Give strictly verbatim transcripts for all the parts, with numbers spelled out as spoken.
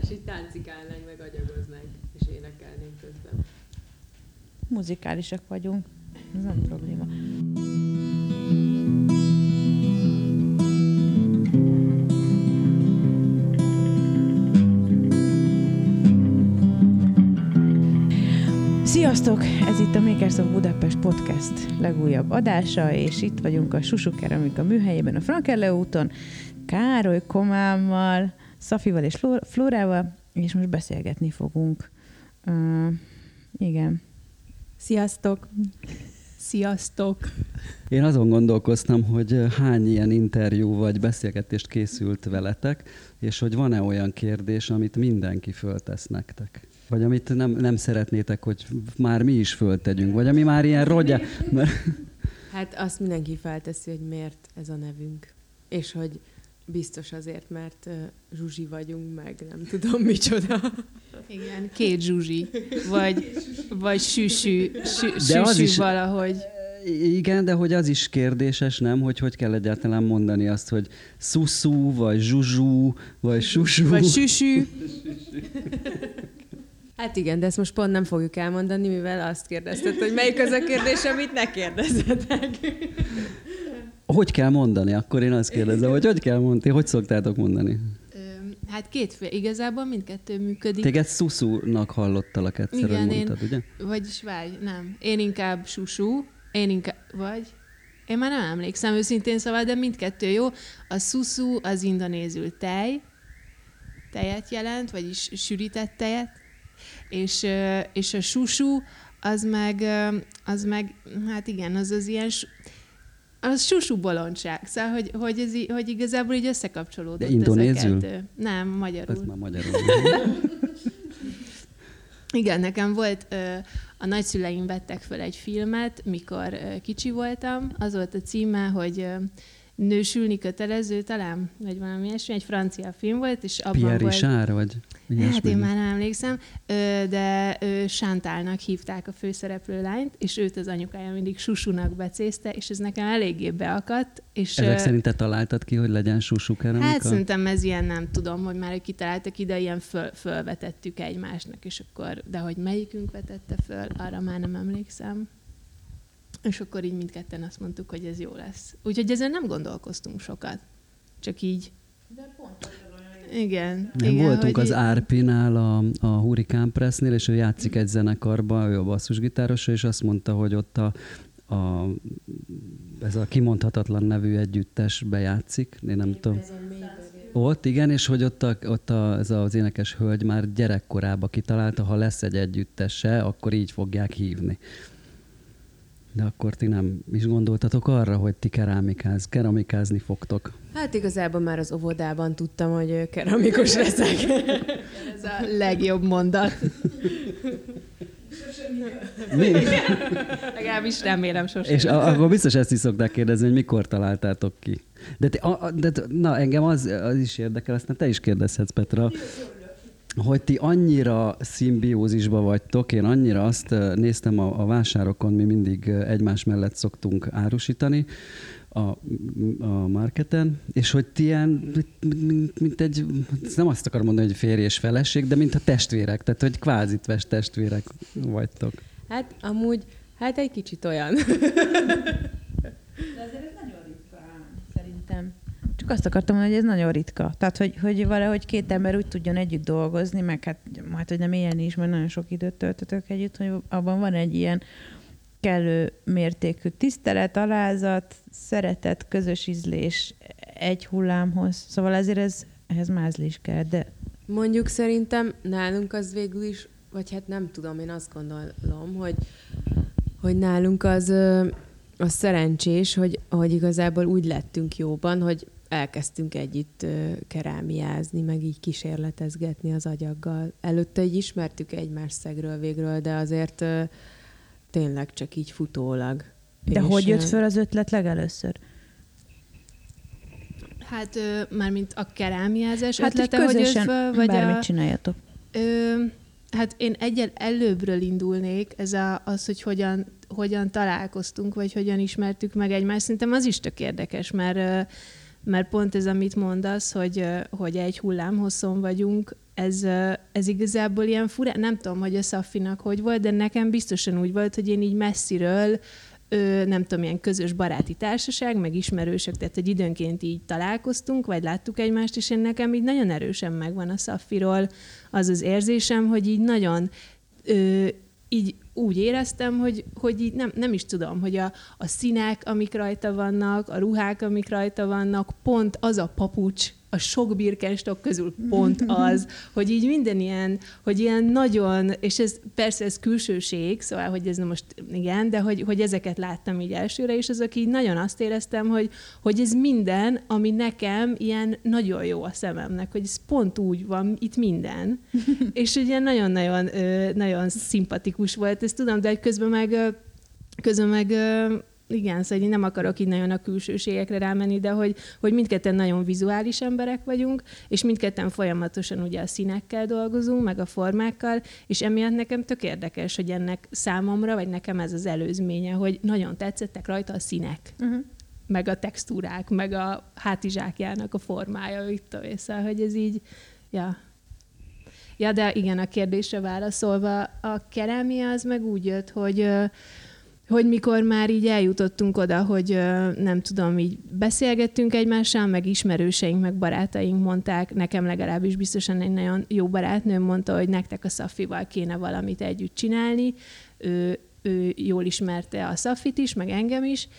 És így táncikálnánk, meg agyagoznánk, és énekelnénk közben. Muzikálisak vagyunk. Ez nem probléma. Sziasztok! Ez itt a Makers of Budapest Podcast legújabb adása, és itt vagyunk a Susu Keramika műhelyében, a Frankerle úton, Károly Komámmal, Szafival és Flórával, és most beszélgetni fogunk. Uh, igen. Sziasztok! Sziasztok! Én azon gondolkoztam, hogy hány ilyen interjú vagy beszélgetést készült veletek, és hogy van-e olyan kérdés, amit mindenki föltesz nektek? Vagy amit nem, nem szeretnétek, hogy már mi is föltegyünk, vagy ami már ilyen rogya. Hát azt mindenki felteszi, hogy miért ez a nevünk. És hogy biztos azért, mert uh, Zsuzsi vagyunk, meg nem tudom micsoda. Igen, két Zsuzsi. Vagy, vagy süsű, sü, süsű is, valahogy. Igen, de hogy az is kérdéses, nem? Hogy hogy kell egyáltalán mondani azt, hogy szuszú, vagy zsuzsú, vagy susú. Vagy süsű. Hát igen, de ezt most pont nem fogjuk elmondani, mivel azt kérdezted, hogy melyik az a kérdés, amit ne kérdezzetek. Hogy kell mondani? Akkor én azt kérdezem, hogy hogy kell mondani? Hogy szoktátok mondani? Hát kétféle. Igazából mindkettő működik. Téged szuszúnak hallottalak egyszer, igen, hogy mondtad, én, ugye? Vagyis várj, nem. Én inkább susú, én inkább, vagy... Én már nem emlékszem őszintén, szóval, de mindkettő jó. A szuszú az indonézül tej, tejet jelent, vagyis sűrített tejet, és, és a susú az meg, az meg, hát igen, az az ilyen... Az susú bolondság, szóval, hogy, hogy, ez, hogy igazából így összekapcsolódott. De indonézül? Ez a kettő. Nem, magyarul. Ez már magyarul. Igen, nekem volt, a nagyszüleim vettek fel egy filmet, mikor kicsi voltam. Az volt a címe, hogy Nősülni kötelező talán, vagy valami ilyesmi, egy francia film volt, és abban Pierre volt... Richard, vagy? Hát én már nem emlékszem, de Chantalnak hívták a főszereplő lányt, és őt az anyukája mindig Susunak becézte, és ez nekem eléggé beakadt. És ezek szerint te találtad ki, hogy legyen Susu keramika? Hát szerintem ez ilyen, nem tudom, hogy már kitaláltak ide, ilyen föl, fölvetettük egymásnak, és akkor, de hogy melyikünk vetette föl, arra már nem emlékszem. És akkor így mindketten azt mondtuk, hogy ez jó lesz. Úgyhogy ezen nem gondolkoztunk sokat. Csak így. De pont igen. Nem, igen, voltunk az így... Árpinál, a, a Hurricane Pressnél, és ő játszik egy zenekarban, ő a basszusgitáros, és azt mondta, hogy ott a, a, ez a kimondhatatlan nevű együttes bejátszik. Én nem tudom. Ott, igen, és hogy ott, a, ott a, ez az énekes hölgy már gyerekkorában kitalálta, ha lesz egy együttese, akkor így fogják hívni. De akkor ti nem is gondoltatok arra, hogy ti keramikáz, keramikázni fogtok? Hát igazából már az óvodában tudtam, hogy keramikus leszek. Ez a legjobb mondat. Mi? Legalábbis remélem sosem. És a, akkor biztos ezt is szokták kérdezni, hogy mikor találtátok ki. De, te, a, de na, engem az, az is érdekel, aztán te is kérdezhetsz, Petra, hogy ti annyira szimbiózisba vagytok, én annyira azt néztem a, a vásárokon, mi mindig egymás mellett szoktunk árusítani a, a marketen, és hogy ti ilyen, mint, mint egy, nem azt akarom mondani, hogy férj és feleség, de mint a testvérek, tehát hogy kvázitves testvérek vagytok. Hát amúgy, hát egy kicsit olyan. De azért ez nagyon ritka, szerintem. Csak azt akartam mondani, hogy ez nagyon ritka. Tehát, hogy, hogy valahogy két ember úgy tudjon együtt dolgozni, meg hát majd, hogy nem élni is, mert nagyon sok időt töltötök együtt, hogy abban van egy ilyen kellő mértékű tisztelet, alázat, szeretet, közös ízlés egy hullámhoz. Szóval ezért ez, ehhez mázli is kell, de... Mondjuk szerintem nálunk az végül is, vagy hát nem tudom, én azt gondolom, hogy, hogy nálunk az, az szerencsés, hogy, hogy igazából úgy lettünk jóban, hogy elkezdtünk együtt kerámiázni, meg így kísérletezgetni az agyaggal. Előtte így ismertük egymást szegről végről, de azért tényleg csak így futólag. De és hogy jött föl az ötlet legelőször? Hát mármint a kerámiázás hát ötlete, hogy jött föl, vagy bármit a... csináljatok. Ö, hát én egyel előbbről indulnék, ez a, az, hogy hogyan, hogyan találkoztunk, vagy hogyan ismertük meg egymást. Szerintem az is tök érdekes, mert, mert pont ez, amit mondasz, hogy, hogy egy hullámhosszon vagyunk, ez, ez igazából ilyen fura, nem tudom, hogy a Szaffinak hogy volt, de nekem biztosan úgy volt, hogy én így messziről, ö, nem tudom, ilyen közös baráti társaság, meg ismerősök, tehát hogy időnként így találkoztunk, vagy láttuk egymást, és én nekem így nagyon erősen megvan a Szaffiról az az érzésem, hogy így nagyon ö, így úgy éreztem, hogy, hogy így nem, nem is tudom, hogy a, a színek, amik rajta vannak, a ruhák, amik rajta vannak, pont az a papucs, a sok birkenstok közül pont az, hogy így minden ilyen, hogy ilyen nagyon, és ez persze ez külsőség, szóval, hogy ez nem most igen, de hogy, hogy ezeket láttam így elsőre, és azok így nagyon azt éreztem, hogy, hogy ez minden, ami nekem ilyen nagyon jó a szememnek, hogy ez pont úgy van, itt minden. És ugye nagyon-nagyon nagyon szimpatikus volt, ezt tudom, de közben meg, közben meg igen, szóval én nem akarok így nagyon a külsőségekre rámenni, de hogy, hogy mindketten nagyon vizuális emberek vagyunk, és mindketten folyamatosan ugye a színekkel dolgozunk, meg a formákkal, és emiatt nekem tök érdekes, hogy ennek számomra, vagy nekem ez az előzménye, hogy nagyon tetszettek rajta a színek, uh-huh. meg a textúrák, meg a hátizsákjának a formája, itt a vissza, hogy ez így, ja. Ja, de igen, a kérdésre válaszolva, a kerámia az meg úgy jött, hogy hogy mikor már így eljutottunk oda, hogy nem tudom, így beszélgettünk egymással, meg ismerőseink, meg barátaink mondták, nekem legalábbis biztosan egy nagyon jó barátnőm mondta, hogy nektek a Szaffival kéne valamit együtt csinálni. Ő, ő jól ismerte a Szafit is, meg engem is.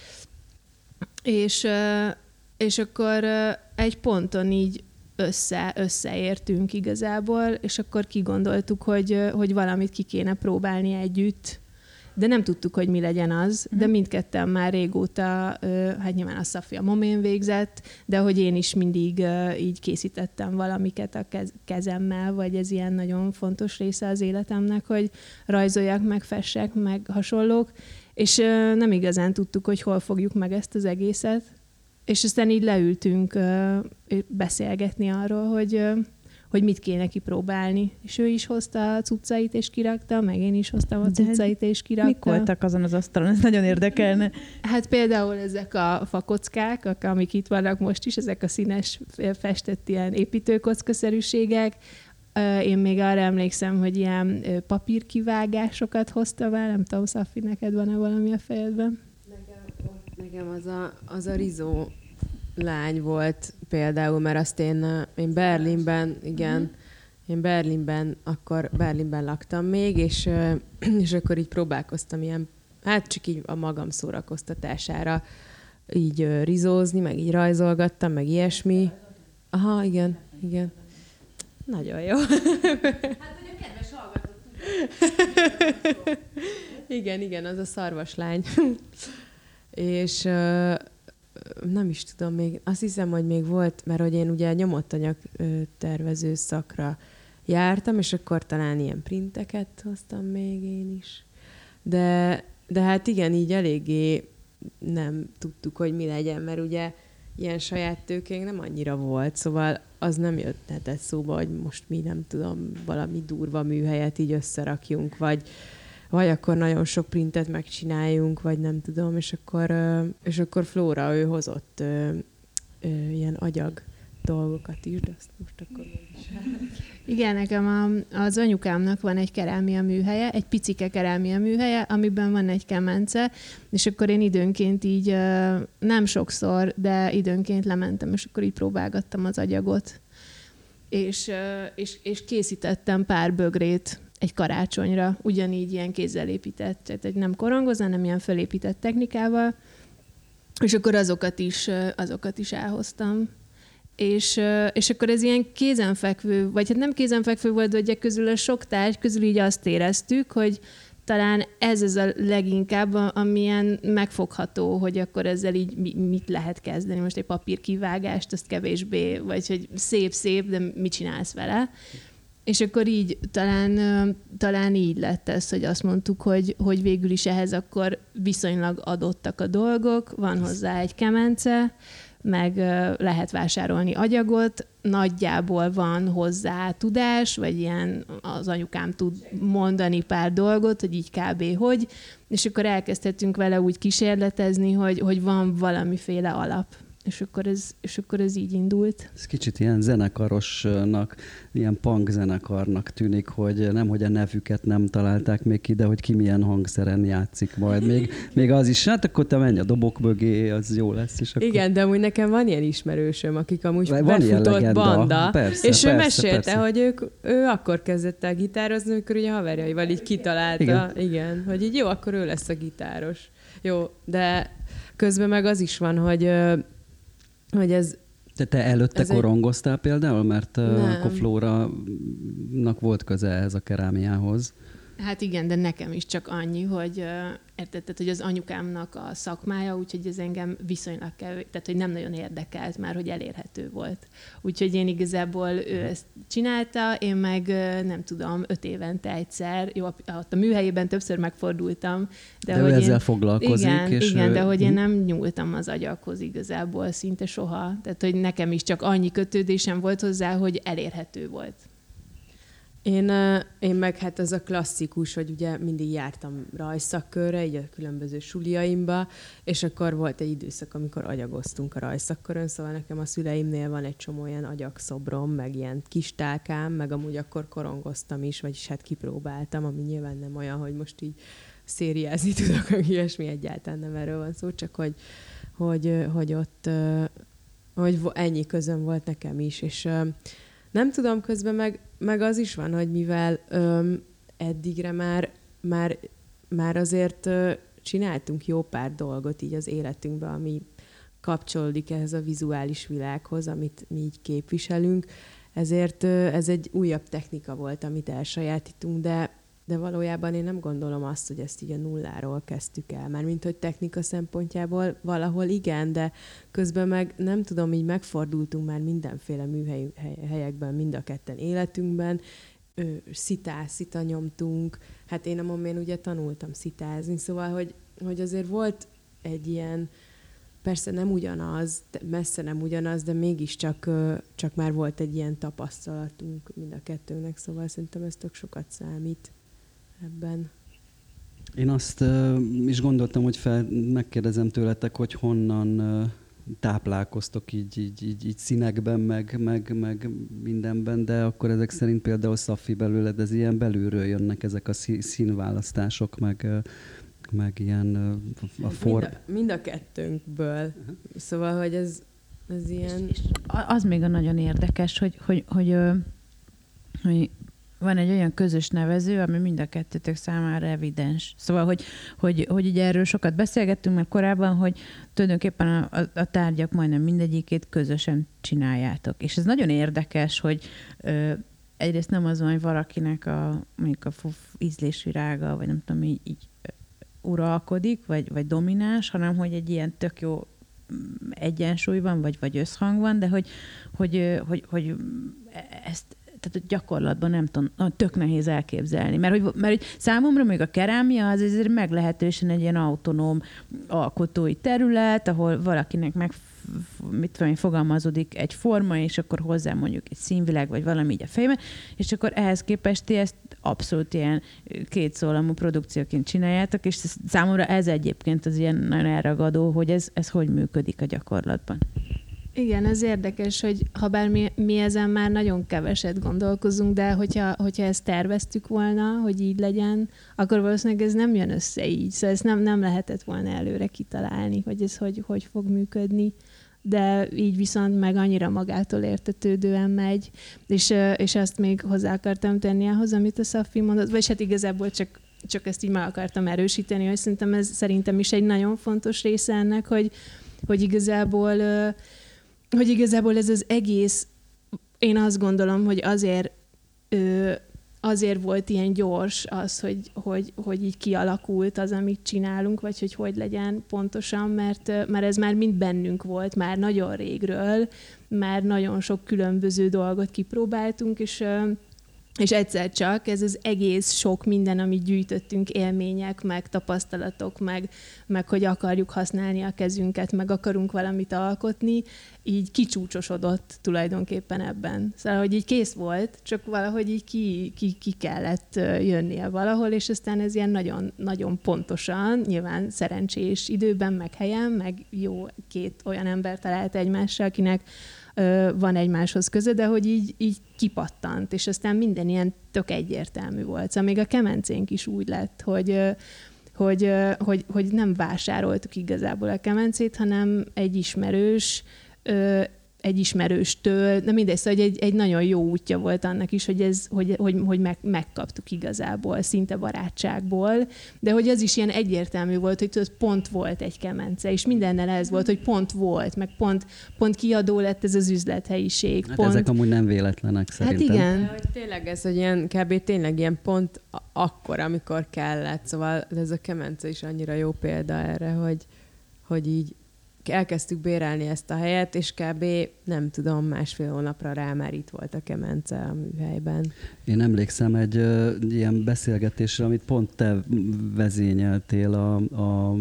És, és akkor egy ponton így össze, összeértünk igazából, és akkor kigondoltuk, hogy, hogy valamit ki kéne próbálni együtt. De nem tudtuk, hogy mi legyen az, uh-huh. de mindketten már régóta, hát nyilván a Szaffi a momén végzett, de hogy én is mindig így készítettem valamiket a kez- kezemmel, vagy ez ilyen nagyon fontos része az életemnek, hogy rajzoljak, meg fessek, meg hasonlók, és nem igazán tudtuk, hogy hol fogjuk meg ezt az egészet, és aztán így leültünk beszélgetni arról, hogy hogy mit kéne kipróbálni. És ő is hozta a cuccait és kirakta, meg én is hoztam a cuccait és kirakta. Mik voltak azon az asztalon? Ez nagyon érdekelne. Hát például ezek a fakockák, amik itt vannak most is, ezek a színes festett ilyen építőkockaszerűségek. Én még arra emlékszem, hogy ilyen papírkivágásokat hoztam el. Nem tudom, Szaffi, neked van-e valami a fejedben? Nekem, nekem az a, az a rizó lány volt például, mert azt én, én Berlinben, igen, uh-huh. én Berlinben, akkor Berlinben laktam még, és, és akkor így próbálkoztam ilyen, hát csak így a magam szórakoztatására így rizózni, meg így rajzolgattam, meg ilyesmi. Aha, igen, igen. Nagyon jó. Hát, hogy a kedves hallgatók tudják. Igen, igen, az a szarvaslány. És nem is tudom, még azt hiszem, hogy még volt, mert hogy én ugye nyomott anyag tervező szakra jártam, és akkor talán ilyen printeket hoztam még én is. De, de hát igen, így eléggé nem tudtuk, hogy mi legyen, mert ugye ilyen saját tőkénk nem annyira volt, szóval az nem jöttetett szóba, hogy most mi nem tudom, valami durva műhelyet így összerakjunk, vagy vagy akkor nagyon sok printet megcsináljunk, vagy nem tudom, és akkor, és akkor Flóra, ő hozott ö, ö, ilyen agyag dolgokat is, de azt most akkor is. Igen, nekem a, az anyukámnak van egy kerámia műhelye, egy picike kerámia műhelye, amiben van egy kemence, és akkor én időnként így, nem sokszor, de időnként lementem, és akkor így próbálgattam az agyagot. És, és, és készítettem pár bögrét egy karácsonyra, ugyanígy ilyen kézzel épített, tehát egy nem korongozva, hanem ilyen fölépített technikával, és akkor azokat is, azokat is elhoztam. És, és akkor ez ilyen kézenfekvő, vagy hát nem kézenfekvő volt, de ugye közül a sok tárgy közül így azt éreztük, hogy talán ez az a leginkább, amilyen megfogható, hogy akkor ezzel így mit lehet kezdeni. Most egy papírkivágást, azt kevésbé, vagy hogy szép-szép, de mit csinálsz vele? És akkor így talán, talán így lett ez, hogy azt mondtuk, hogy, hogy végül is ehhez akkor viszonylag adottak a dolgok, van hozzá egy kemence, meg lehet vásárolni agyagot, nagyjából van hozzá tudás, vagy ilyen az anyukám tud mondani pár dolgot, hogy így kb. Hogy, és akkor elkezdhetünk vele úgy kísérletezni, hogy, hogy van valamiféle alap. és akkor ez, és akkor ez így indult. Ez kicsit ilyen zenekarosnak, ilyen punk zenekarnak tűnik, hogy nem, hogy a nevüket nem találták még ki, de hogy ki milyen hangszeren játszik majd. Még, még az is, hát akkor te menj a dobok mögé, az jó lesz. És akkor... Igen, de amúgy nekem van ilyen ismerősöm, akik amúgy van befutott banda, persze, és persze, ő mesélte, persze. hogy ők, ő akkor kezdett el gitározni, amikor ugye haverjaival így kitalálta, igen. igen, hogy így jó, akkor ő lesz a gitáros. Jó, de közben meg az is van, hogy, hogy ez... Te, te előtte ez korongoztál egy... például, mert nem. akkor Flóra-nak volt köze ehhez a kerámiához. Hát igen, de nekem is csak annyi, hogy uh, érted, tehát, hogy az anyukámnak a szakmája, úgyhogy ez engem viszonylag kevés, tehát hogy nem nagyon érdekelt már, hogy elérhető volt. Úgyhogy én igazából ő ezt csinálta, én meg uh, nem tudom, öt évente egyszer, jó, ott a műhelyében többször megfordultam. De, de hogy ő ezzel én, foglalkozik. Igen, és igen ő... de hogy én nem nyúltam az agyakhoz igazából szinte soha. Tehát, hogy nekem is csak annyi kötődésem volt hozzá, hogy elérhető volt. Én, én meg hát ez a klasszikus, hogy ugye mindig jártam rajszakkörre, így a különböző suliaimba, és akkor volt egy időszak, amikor agyagoztunk a rajszakkörön, szóval nekem a szüleimnél van egy csomó ilyen agyakszobrom, meg ilyen kis tálkám, meg amúgy akkor korongoztam is, vagyis hát kipróbáltam, ami nyilván nem olyan, hogy most így szériázni tudok, meg ilyesmi, egyáltalán nem erről van szó, csak hogy, hogy, hogy ott hogy ennyi közöm volt nekem is, és nem tudom, közben meg, meg az is van, hogy mivel öm, eddigre már, már, már azért ö, csináltunk jó pár dolgot így az életünkben, ami kapcsolódik ehhez a vizuális világhoz, amit mi így képviselünk. Ezért ö, ez egy újabb technika volt, amit elsajátítunk, de, de valójában én nem gondolom azt, hogy ezt így a nulláról kezdtük el. Mármint, hogy technika szempontjából valahol igen, de közben meg nem tudom, így megfordultunk már mindenféle műhelyekben, mind a ketten életünkben, szitá, szita nyomtunk, hát én a momén ugye tanultam szitázni, szóval, hogy, hogy azért volt egy ilyen, persze nem ugyanaz, messze nem ugyanaz, de mégiscsak csak már volt egy ilyen tapasztalatunk mind a kettőnek, szóval szerintem ez tök sokat számít ebben. Én azt uh, is gondoltam, hogy fel, megkérdezem tőletek, hogy honnan uh, táplálkoztok így, így, így, így színekben, meg, meg, meg mindenben, de akkor ezek szerint például Szafi belőled, ez ilyen belülről jönnek ezek a színválasztások, meg, uh, meg ilyen uh, a for... Mind a, mind a kettőnkből. Uh-huh. Szóval, hogy ez, ez ilyen... És, és az még a nagyon érdekes, hogy, hogy, hogy, hogy, hogy van egy olyan közös nevező, ami mind a kettőtök számára evidens. Szóval, hogy, hogy, hogy ugye erről sokat beszélgettünk már korábban, hogy tulajdonképpen a, a, a tárgyak majdnem mindegyikét közösen csináljátok. És ez nagyon érdekes, hogy ö, egyrészt nem az van, hogy valakinek a, mondjuk a ízlésvirága, vagy nem tudom, így, így uralkodik, vagy, vagy domináns, hanem hogy egy ilyen tök jó egyensúly van, vagy, vagy összhang van, de hogy, hogy, hogy, hogy ezt tehát gyakorlatban nem tudom, tök nehéz elképzelni. Mert hogy, mert hogy számomra még a kerámia az azért meglehetősen egy ilyen autonóm alkotói terület, ahol valakinek meg mit tudom én, fogalmazódik egy forma, és akkor hozzá mondjuk egy színvilág, vagy valami így a fejében, és akkor ehhez képest ti ezt abszolút ilyen kétszólamú produkcióként csináljátok, és számomra ez egyébként az ilyen nagyon elragadó, hogy ez, ez hogy működik a gyakorlatban. Igen, ez érdekes, hogy habár mi, mi ezen már nagyon keveset gondolkozunk, de hogyha, hogyha ezt terveztük volna, hogy így legyen, akkor valószínűleg ez nem jön össze így. Szóval ezt nem, nem lehetett volna előre kitalálni, hogy ez hogy, hogy fog működni. De így viszont meg annyira magától értetődően megy. És, és azt még hozzá akartam tenni ahhoz, amit a Szafi mondott, vagy hát igazából csak, csak ezt így meg akartam erősíteni, hogy szerintem ez szerintem is egy nagyon fontos része ennek, hogy, hogy igazából hogy igazából ez az egész, én azt gondolom, hogy azért, ö, azért volt ilyen gyors az, hogy, hogy, hogy így kialakult az, amit csinálunk, vagy hogy hogy legyen pontosan, mert, mert ez már mind bennünk volt, már nagyon régről, már nagyon sok különböző dolgot kipróbáltunk, és, És egyszer csak ez az egész sok minden, amit gyűjtöttünk, élmények, meg tapasztalatok, meg, meg hogy akarjuk használni a kezünket, meg akarunk valamit alkotni, így kicsúcsosodott tulajdonképpen ebben. Szóval, hogy így kész volt, csak valahogy így ki, ki, ki kellett jönnie valahol, és aztán ez ilyen nagyon, nagyon pontosan, nyilván szerencsés időben, meg helyen, meg jó két olyan ember talált egymással, akinek van egymáshoz köze, de hogy így, így kipattant, és aztán minden ilyen tök egyértelmű volt. Szóval még a kemencénk is úgy lett, hogy, hogy, hogy, hogy nem vásároltuk igazából a kemencét, hanem egy ismerős, egy ismerőstől, de mindegy, szóval egy, egy nagyon jó útja volt annak is, hogy, ez, hogy, hogy, hogy meg, megkaptuk igazából, szinte barátságból, de hogy az is ilyen egyértelmű volt, hogy tudod, pont volt egy kemence, és mindennel ez volt, hogy pont volt, meg pont, pont kiadó lett ez az üzlethelyiség. Hát pont... ezek amúgy nem véletlenek szerintem. Hát igen. De, hogy tényleg ez, hogy ilyen, kb. Tényleg ilyen pont akkor, amikor kellett, szóval ez a kemence is annyira jó példa erre, hogy, hogy így elkezdtük bérelni ezt a helyet, és kb. Nem tudom, másfél hónapra rá már itt volt a kemence a műhelyben. Én emlékszem egy ö, ilyen beszélgetésre, amit pont te vezényeltél a, a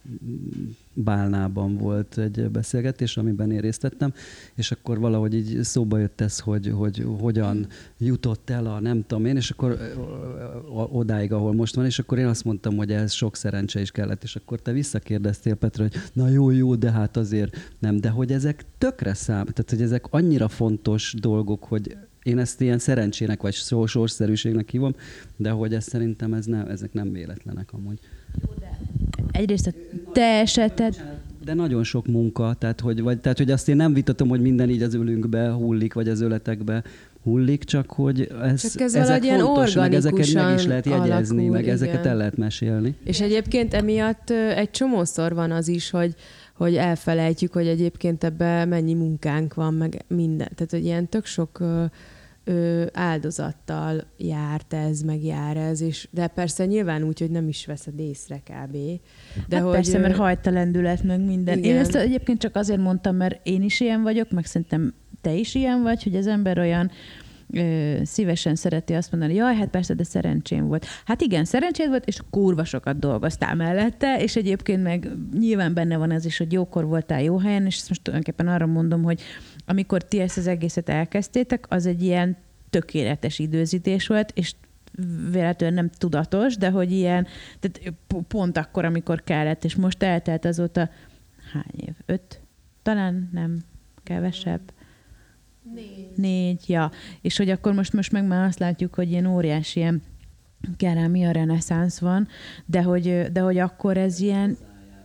Bálnában volt egy beszélgetés, amiben én részt vettem, és akkor valahogy így szóba jött ez, hogy, hogy hogyan jutott el a nem tudom én, és akkor ö, odáig, ahol most van, és akkor én azt mondtam, hogy ez sok szerencse is kellett, és akkor te visszakérdeztél, Petra, hogy na jó, jó, de hát azért nem, de hogy ezek tökre szám, tehát hogy ezek annyira fontos dolgok, hogy én ezt ilyen szerencsének vagy sorszerűségnek hívom, de hogy ez szerintem ez nem, ezek nem véletlenek amúgy. Egyrészt a te eseted... De nagyon sok munka, tehát hogy, vagy, tehát hogy azt én nem vitatom, hogy minden így az ölünkbe hullik, vagy az öletekbe hullik, csak hogy ez, csak ez ezek ilyen fontos, meg ezeket meg is organikusan lehet jegyezni, alakul, meg igen. ezeket el lehet mesélni. És egyébként emiatt ö, egy csomószor van az is, hogy, hogy elfelejtjük, hogy egyébként ebben mennyi munkánk van, meg minden. Tehát, hogy ilyen tök sok ö, ö, áldozattal járt ez, meg jár ez, és, de persze nyilván úgy, hogy nem is veszed észre kb. De hát hogy, persze, mert ö, hajt a lendület, meg minden. igen. Én ezt egyébként csak azért mondtam, mert én is ilyen vagyok, meg szerintem te is ilyen vagy, hogy az ember olyan ö, szívesen szereti azt mondani, jaj, hát persze, de szerencsém volt. Hát igen, szerencséd volt, és kurva sokat dolgoztál mellette, és egyébként meg nyilván benne van ez is, hogy jókor voltál jó helyen, és ezt most tulajdonképpen arra mondom, hogy amikor ti ezt az egészet elkezdtétek, az egy ilyen tökéletes időzítés volt, és véletlenül nem tudatos, de hogy ilyen, tehát pont akkor, amikor kellett, és most eltelt azóta hány év? Öt? Talán nem kevesebb. Négy. Négy, ja. És hogy akkor most, most meg már azt látjuk, hogy ilyen óriási ilyen kerámia reneszánsz van, de hogy, de hogy akkor ez ilyen...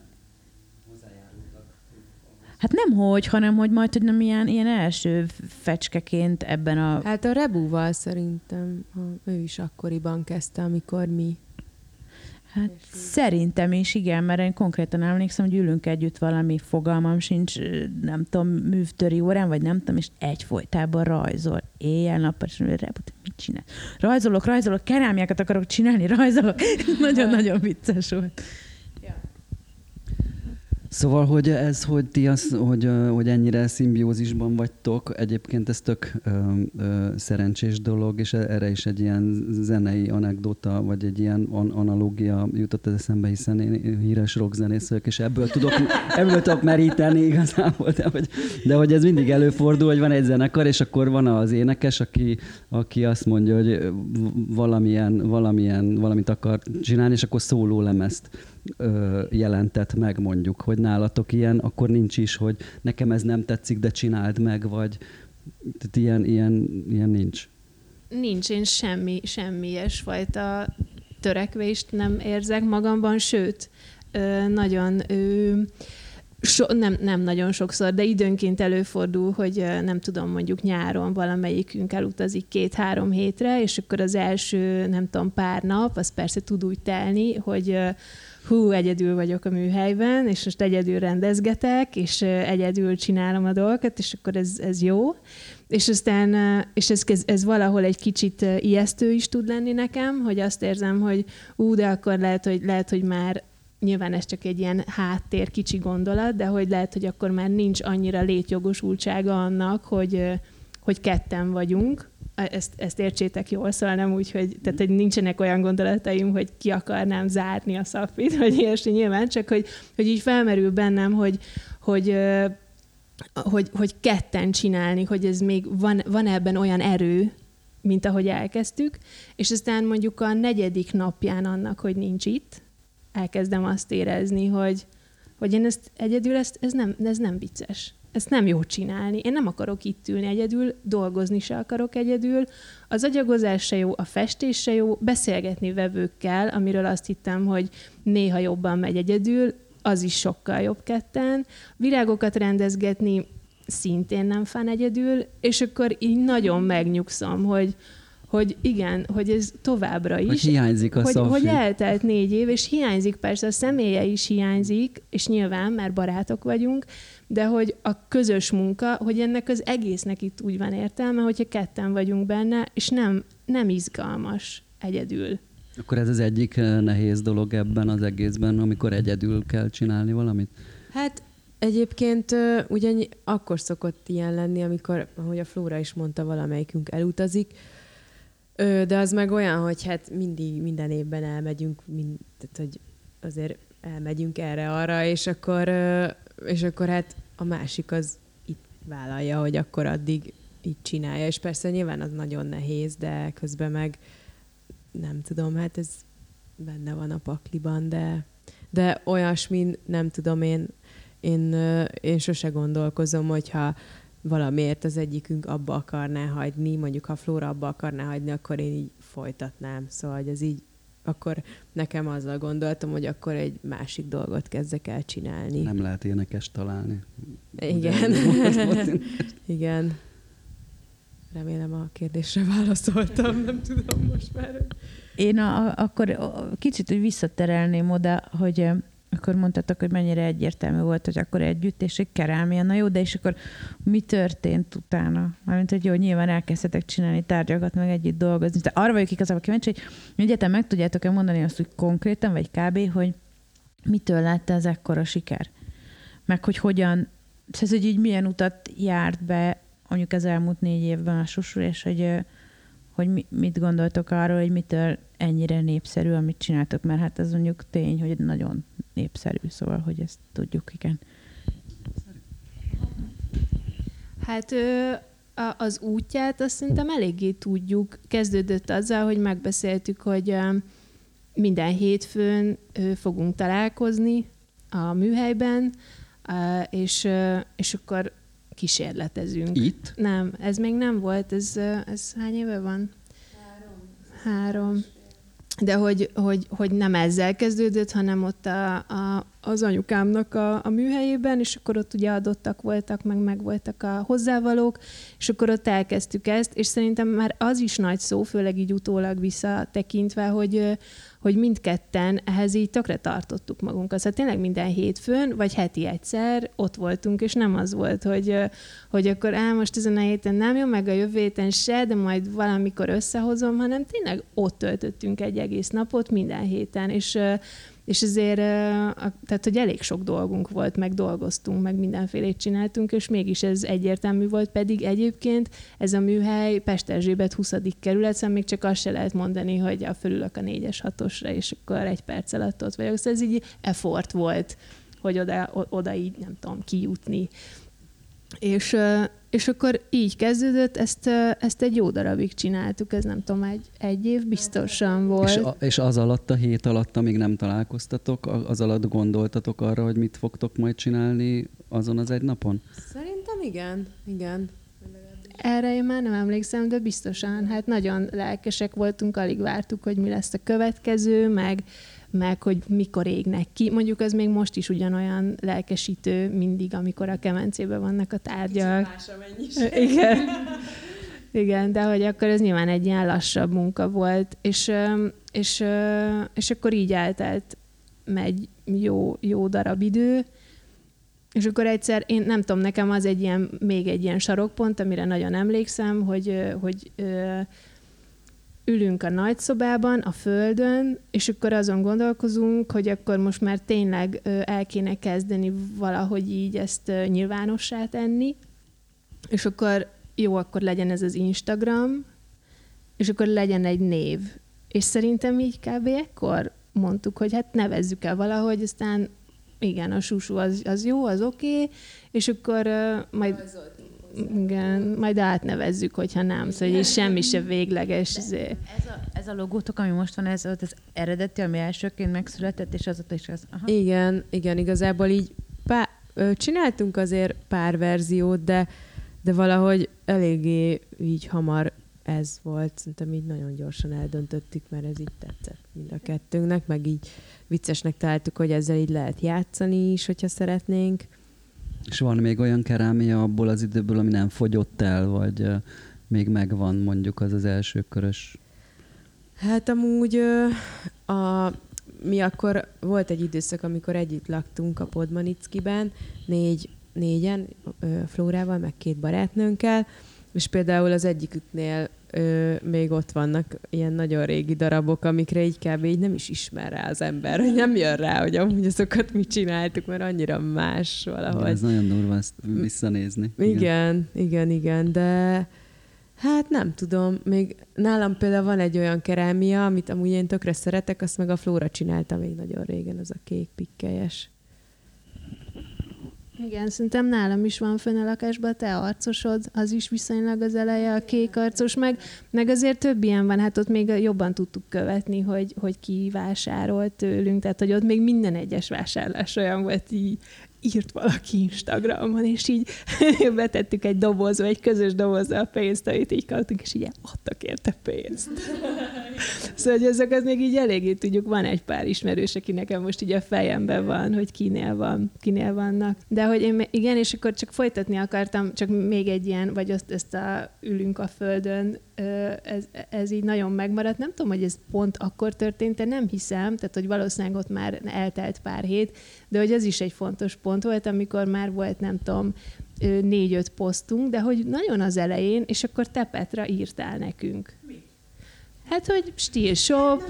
Hát nem hogy, hanem hogy majd, hogy nem ilyen, ilyen első fecskeként ebben a... Hát a Rebúval szerintem, ha ő is akkoriban kezdte, amikor mi. Hát szerintem is, igen, mert én konkrétan emlékszem, hogy ülünk együtt valami, fogalmam sincs, nem tudom, művtöri órán, vagy nem tudom, és egyfolytában rajzol. Éjjel-nappal, és mondja, Rebut, mit csinál? Rajzolok, rajzolok, kerámiákat akarok csinálni, rajzolok. Nagyon-nagyon vicces volt. Szóval, hogy ez, hogy ti az, hogy, hogy ennyire szimbiózisban vagytok, egyébként ez tök ö, ö, szerencsés dolog, és erre is egy ilyen zenei anekdota, vagy egy ilyen an- analógia jutott az eszembe, hiszen én híres rockzenész vagyok, és ebből tudok, ebből tudok meríteni igazából, de hogy, de hogy ez mindig előfordul, hogy van egy zenekar, és akkor van az énekes, aki, aki azt mondja, hogy valamilyen, valamilyen, valamit akar csinálni, és akkor szólólemezt ö, jelentett meg, mondjuk, hogy nálatok ilyen, akkor nincs is, hogy nekem ez nem tetszik, de csináld meg, vagy tehát ilyen, ilyen, ilyen nincs. Nincs, én semmi, semmi ilyesfajta törekvést nem érzek magamban, sőt, ö, nagyon... Ö, So, nem, nem nagyon sokszor, de időnként előfordul, hogy nem tudom, mondjuk nyáron valamelyikünk elutazik két-három hétre, és akkor az első, nem tudom, pár nap, az persze tud úgy telni, hogy hú, egyedül vagyok a műhelyben, és most egyedül rendezgetek, és egyedül csinálom a dolgokat, és akkor ez, ez jó. És aztán, és ez, ez valahol egy kicsit ijesztő is tud lenni nekem, hogy azt érzem, hogy ú, de akkor lehet, hogy, lehet, hogy már nyilván ez csak egy ilyen háttér, kicsi gondolat, de hogy lehet, hogy akkor már nincs annyira létjogosultsága annak, hogy, hogy ketten vagyunk ezt, ezt értsétek jól, szóval nem úgy, hogy, tehát, hogy nincsenek olyan gondolataim, hogy ki akarnám zárni a szapit, vagy ilyesmi nyilván, csak hogy, hogy így felmerül bennem, hogy, hogy, hogy, hogy ketten csinálni, hogy ez még van, van ebben olyan erő, mint ahogy elkezdtük, és aztán mondjuk a negyedik napján annak, hogy nincs itt, elkezdem azt érezni, hogy, hogy én ezt egyedül, ezt, ez, nem, ez nem vicces. Ezt nem jó csinálni. Én nem akarok itt ülni egyedül, dolgozni se akarok egyedül, az agyagozás se jó, a festés se jó, beszélgetni vevőkkel, amiről azt hittem, hogy néha jobban megy egyedül, az is sokkal jobb ketten. Virágokat rendezgetni szintén nem fán egyedül, és akkor így nagyon megnyugszom, hogy, hogy igen, hogy ez továbbra is. Hogy hiányzik a hogy, Szafi. hogy eltelt négy év, és hiányzik persze, a személye is hiányzik, és nyilván, mert barátok vagyunk, de hogy a közös munka, hogy ennek az egésznek itt úgy van értelme, hogyha ketten vagyunk benne, és nem, nem izgalmas egyedül. Akkor ez az egyik nehéz dolog ebben az egészben, amikor egyedül kell csinálni valamit? Hát egyébként ugye akkor szokott ilyen lenni, amikor, ahogy a Flóra is mondta, valamelyikünk elutazik, de az meg olyan, hogy hát mindig, minden évben elmegyünk, mind, tehát hogy azért elmegyünk erre-arra, és akkor, és akkor hát a másik az itt vállalja, hogy akkor addig így csinálja, és persze nyilván az nagyon nehéz, de közben meg nem tudom, hát ez benne van a pakliban, de, de olyasmin nem tudom, én, én, én sose gondolkozom, hogyha valamiért az egyikünk abba akarná hagyni, mondjuk ha Flóra abba akarná hagyni, akkor én így folytatnám. Szóval, hogy ez így, akkor nekem azzal gondoltam, hogy akkor egy másik dolgot kezdek el csinálni. Nem lehet énekes találni. Igen. Igen. Remélem a kérdésre válaszoltam, nem tudom most már. Én a, a, akkor a, kicsit úgy visszaterelném oda, hogy akkor mondtátok, hogy mennyire egyértelmű volt, hogy akkor együtt, és egy kerámia, na jó, de és akkor mi történt utána? Mármint, hogy jó, nyilván elkezdhetek csinálni tárgyakat, meg együtt dolgozni. De arra vagyok igazából kíváncsi, hogy egyetem meg tudjátok-e mondani azt, hogy konkrétan, vagy kb., hogy mitől lett ez ekkora siker? Meg hogy hogyan, ez, hogy így milyen utat járt be mondjuk az elmúlt négy évben a Susu, és hogy, hogy mit gondoltok arról, hogy mitől ennyire népszerű, amit csináltok, mert hát ez mondjuk tény, hogy nagyon népszerű, szóval, hogy ezt tudjuk, igen. Hát az útját azt szerintem eléggé tudjuk. Kezdődött azzal, hogy megbeszéltük, hogy minden hétfőn fogunk találkozni a műhelyben, és, és akkor kísérletezünk. Itt? Nem, ez még nem volt. Ez, ez hány éve van? Három. Három. De hogy, hogy, hogy nem ezzel kezdődött, hanem ott a, a, az anyukámnak a, a műhelyében, és akkor ott ugye adottak voltak, meg meg voltak a hozzávalók, és akkor ott elkezdtük ezt, és szerintem már az is nagy szó, főleg így utólag visszatekintve, hogy, hogy mindketten ehhez így tökre tartottuk magunkat. Szóval tényleg minden hétfőn, vagy heti egyszer ott voltunk, és nem az volt, hogy, hogy akkor á, most ezen a héten nem jó, meg a jövő héten se, de majd valamikor összehozom, hanem tényleg ott töltöttünk egy egész napot minden héten, és, és ezért, tehát, hogy elég sok dolgunk volt, meg dolgoztunk, meg mindenfélét csináltunk, és mégis ez egyértelmű volt, pedig egyébként ez a műhely Pest Erzsébet huszadik kerület, szóval még csak azt se lehet mondani, hogy a fölülök a négyes hatosra, és akkor egy perc alatt ott vagyok. Szóval ez így effort volt, hogy oda, oda így, nem tudom, kijutni. És, és akkor így kezdődött, ezt, ezt egy jó darabig csináltuk, ez nem tudom, egy, egy év biztosan volt. És, a, és az alatt, a hét alatt, amíg nem találkoztatok, az alatt gondoltatok arra, hogy mit fogtok majd csinálni azon az egy napon? Szerintem igen, igen. Erre én már nem emlékszem, de biztosan. Hát nagyon lelkesek voltunk, alig vártuk, hogy mi lesz a következő, meg, meg hogy mikor égnek ki. Mondjuk az még most is ugyanolyan lelkesítő mindig, amikor a kemencében vannak a tárgyak. Kicsit más a mennyiség. Igen. Igen, de hogy akkor ez nyilván egy ilyen lassabb munka volt, és, és, és akkor így eltelt egy jó, jó darab idő, és akkor egyszer, én nem tudom, nekem az egy ilyen, még egy ilyen sarokpont, amire nagyon emlékszem, hogy, hogy ülünk a nagyszobában, a földön, és akkor azon gondolkozunk, hogy akkor most már tényleg el kéne kezdeni valahogy így ezt nyilvánossá tenni, és akkor jó, akkor legyen ez az Instagram, és akkor legyen egy név. És szerintem így kb. Ekkor mondtuk, hogy hát nevezzük el valahogy, aztán igen, a Susu az, az jó, az oké, okay, és akkor uh, majd, igen, majd átnevezzük, hogyha nem, szóval így semmi se végleges. Ez a, ez a logótok, ami most van, ez volt az eredeti, ami elsőként megszületett, és azóta is az. Aha. Igen, igen, igazából így pár, csináltunk azért pár verziót, de, de valahogy eléggé így hamar ez volt. Szerintem így nagyon gyorsan eldöntöttük, mert ez így tetszett mind a kettőnknek, meg így viccesnek találtuk, hogy ezzel így lehet játszani is, hogyha szeretnénk. És van még olyan kerámia abból az időből, ami nem fogyott el, vagy uh, még megvan mondjuk az az első körös? Hát amúgy uh, a, mi akkor volt egy időszak, amikor együtt laktunk a Podmanickiben, négy, négyen, uh, Flórával, meg két barátnőnkkel, és például az egyiküknél ö, még ott vannak ilyen nagyon régi darabok, amikre így kb. Így nem is ismer rá az ember, hogy nem jön rá, hogy amúgy azokat mi csináltuk, mert annyira más valahogy. Igen, ez nagyon durva ezt visszanézni. Igen, igen, igen, igen, de hát nem tudom, még nálam például van egy olyan kerámia, amit amúgy én tökre szeretek, azt meg a Flóra csinálta még nagyon régen, az a kék pikkelyes. Igen, szerintem nálam is van fönn a lakásban a te arcosod, az is viszonylag az eleje, a kék arcos, meg, meg azért több ilyen van, hát ott még jobban tudtuk követni, hogy, hogy ki vásárolt tőlünk, tehát hogy ott még minden egyes vásárlás olyan volt, így írt valaki Instagramon, és így betettük egy dobozba, egy közös dobozba a pénzt, amit így kaptunk, és így adtak érte pénzt. Szóval, hogy ezek az még így eléggé tudjuk, van egy pár ismerős, aki nekem most így a fejemben van, hogy kinél van, kinél vannak. De hogy én igen, és akkor csak folytatni akartam, csak még egy ilyen, vagy azt ezt a ülünk a földön, ez, ez így nagyon megmaradt. Nem tudom, hogy ez pont akkor történt, de nem hiszem, tehát hogy valószínűleg ott már eltelt pár hét, de hogy ez is egy fontos pont volt, amikor már volt, nem tudom, négy-öt posztunk, de hogy nagyon az elején, és akkor te, Petra, írtál nekünk. Mi? Hát, hogy stíl shop,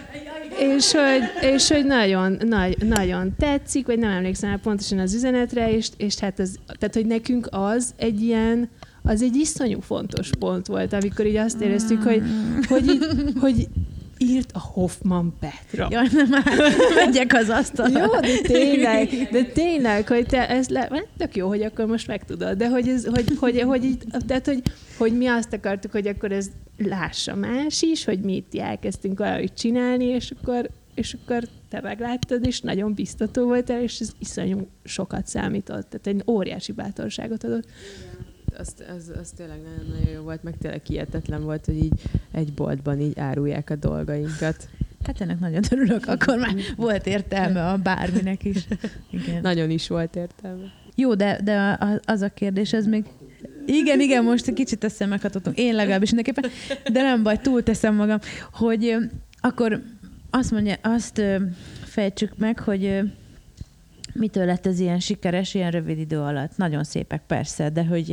és hogy, és hogy nagyon, nagy, nagyon tetszik, vagy nem emlékszem el pontosan az üzenetre, és, és hát az, tehát, hogy nekünk az egy ilyen, az egy iszonyú fontos pont volt, amikor így azt éreztük, hogy, hogy, így, hogy írt a Hoffman Petra. Jaj, nem már, megyek az asztalra. Jó, de tényleg, de tényleg, hogy te ez le, tök jó, hogy akkor most megtudod, de hogy ez, hogy, hogy, hogy, így, tehát, hogy, hogy mi azt akartuk, hogy akkor ez lássa más is, hogy mi itt elkezdtünk valahogy csinálni, és akkor, és akkor te megláttad, és nagyon biztató voltál, és ez iszonyú sokat számított. Tehát egy óriási bátorságot adott. Az, az, az tényleg nagyon-nagyon jó volt, meg tényleg hihetetlen volt, hogy így egy boltban így árulják a dolgainkat. Hát ennek nagyon örülök, akkor már volt értelme a bárminek is. Igen. Nagyon is volt értelme. Jó, de, de az a kérdés, ez még... Igen, igen, most egy kicsit össze meghatottunk. Én legalábbis mindenképpen, de nem baj, túlteszem magam, hogy akkor azt mondja, azt fejtsük meg, hogy mitől lett ez ilyen sikeres, ilyen rövid idő alatt. Nagyon szépek persze, de hogy,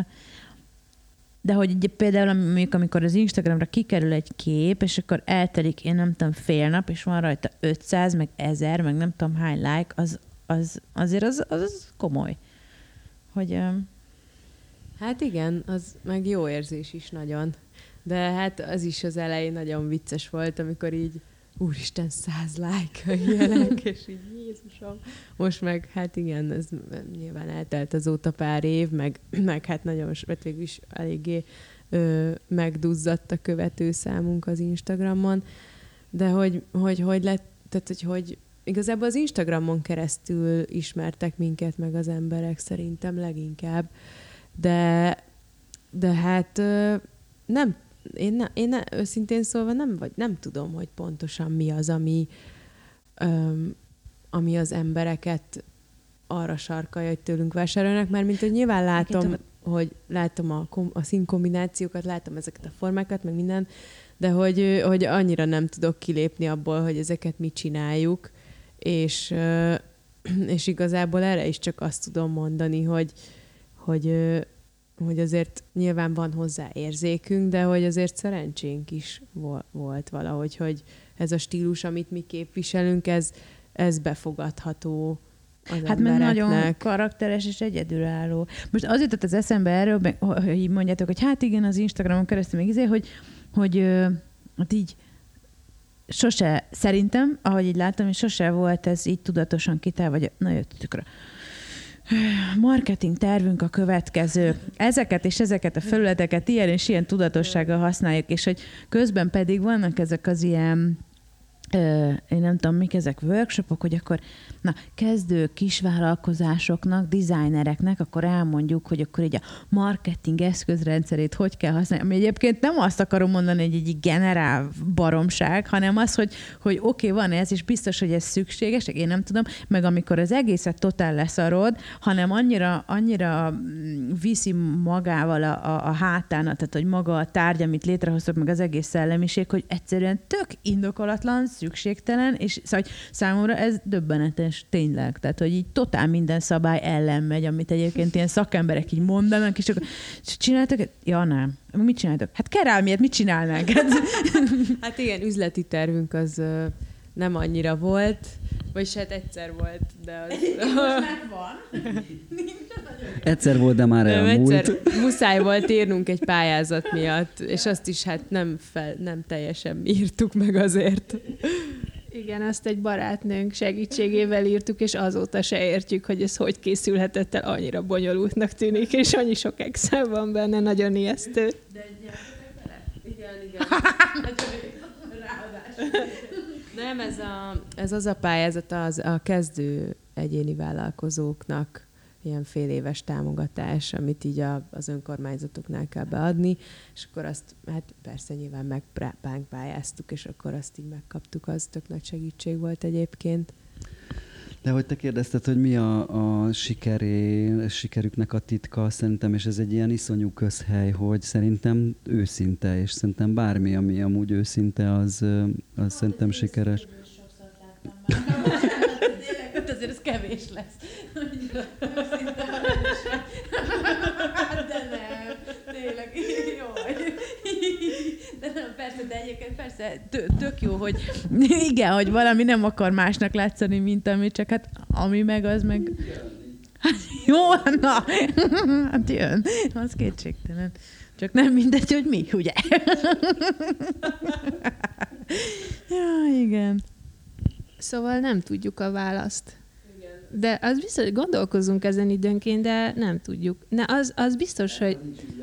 de hogy például mondjuk, amikor az Instagramra kikerül egy kép, és akkor eltelik, én nem tudom, fél nap, és van rajta ötszáz, meg ezer, meg nem tudom hány like, az, az azért az, az, az komoly. Hogy... Hát igen, az meg jó érzés is nagyon. De hát az is az elején nagyon vicces volt, amikor így úristen, száz like, ilyenek, és így Jézusom. Most meg, hát igen, ez nyilván eltelt azóta pár év, meg, meg hát nagyon, mert végül is eléggé ö, megduzzadt a követőszámunk az Instagramon, de hogy hogy, hogy lett, tehát hogy, hogy igazából az Instagramon keresztül ismertek minket meg az emberek szerintem leginkább, de, de hát ö, nem Én, ne, én ne, őszintén szólva nem, vagy nem tudom, hogy pontosan mi az, ami, öm, ami az embereket arra sarkalja, hogy tőlünk vásárolnak, mert mint hogy nyilván látom, hogy látom a, a színkombinációkat, látom ezeket a formákat, meg minden, de hogy, hogy annyira nem tudok kilépni abból, hogy ezeket mi csináljuk, és, és igazából erre is csak azt tudom mondani, hogy, hogy hogy azért nyilván van hozzá érzékünk, de hogy azért szerencsénk is volt valahogy, hogy ez a stílus, amit mi képviselünk, ez, ez befogadható az hát embereknek. meg nagyon karakteres és egyedülálló. Most az jutott az eszembe erről, hogy így mondjátok, hogy hát igen, az Instagramon keresztül még izé, hogy hogy ö, hát így sose, szerintem, ahogy így láttam, és sose volt ez így tudatosan kitál, vagy na jött tükre. Marketing tervünk a következő. Ezeket és ezeket a felületeket ilyen és ilyen tudatossággal használjuk, és hogy közben pedig vannak ezek az ilyen én nem tudom, mik ezek workshopok, hogy akkor na, kezdő kisvállalkozásoknak, designereknek akkor elmondjuk, hogy akkor így a marketing eszközrendszerét hogy kell használni. Ami egyébként nem azt akarom mondani, hogy egy generál baromság, hanem az, hogy, hogy oké, okay, van ez, és biztos, hogy ez szükséges, én nem tudom, meg amikor az egészet totál leszarod, hanem annyira, annyira viszi magával a, a, a hátán, tehát hogy maga a tárgy, amit létrehoztok, meg az egész szellemiség, hogy egyszerűen tök indokolatlan, szükségtelen, és szóval számomra ez döbbenetes tényleg. Tehát, hogy így totál minden szabály ellen megy, amit egyébként ilyen szakemberek így mondanak, és akkor csináltok? Ja, nem. Mit csináltok? Hát kerálmiért mit csinálnánk? Hát igen, üzleti tervünk az nem annyira volt, vagyis hát egyszer volt, de az... Most van. Egyszer volt, de már nem, elmúlt. Egyszer muszáj volt írnunk egy pályázat miatt, és azt is hát nem, fel, nem teljesen írtuk meg azért. Igen, azt egy barátnőnk segítségével írtuk, és azóta se értjük, hogy ez hogy készülhetett el, annyira bonyolultnak tűnik, és annyi sok Excel van benne, nagyon ijesztő. De igen, igen. Nem, ez, a, ez az a pályázat az a kezdő egyéni vállalkozóknak ilyen fél éves támogatás, amit így a, az önkormányzatoknál kell beadni, és akkor azt, hát persze nyilván megpályáztuk, és akkor azt így megkaptuk, az tök nagy segítség volt egyébként. De hogy te kérdezted, hogy mi a, a sikeré, sikerüknek a titka, szerintem, és ez egy ilyen iszonyú közhely, hogy szerintem őszinte, és szerintem bármi, ami amúgy őszinte, az, az szerintem sikeres. Tényleg, azért ez kevés lesz. De nem, tényleg, jó. De nem, persze, de egyébként persze tök jó, hogy igen, hogy valami nem akar másnak látszani, mint ami, csak hát ami meg, az meg... Hát jó, na, hát jön, az kétségtelen. Csak nem mindegy, hogy mi, ugye? Ja, igen. Szóval nem tudjuk a választ. De az biztos, hogy gondolkozunk ezen időnként, de nem tudjuk. Ne, az, az biztos, hogy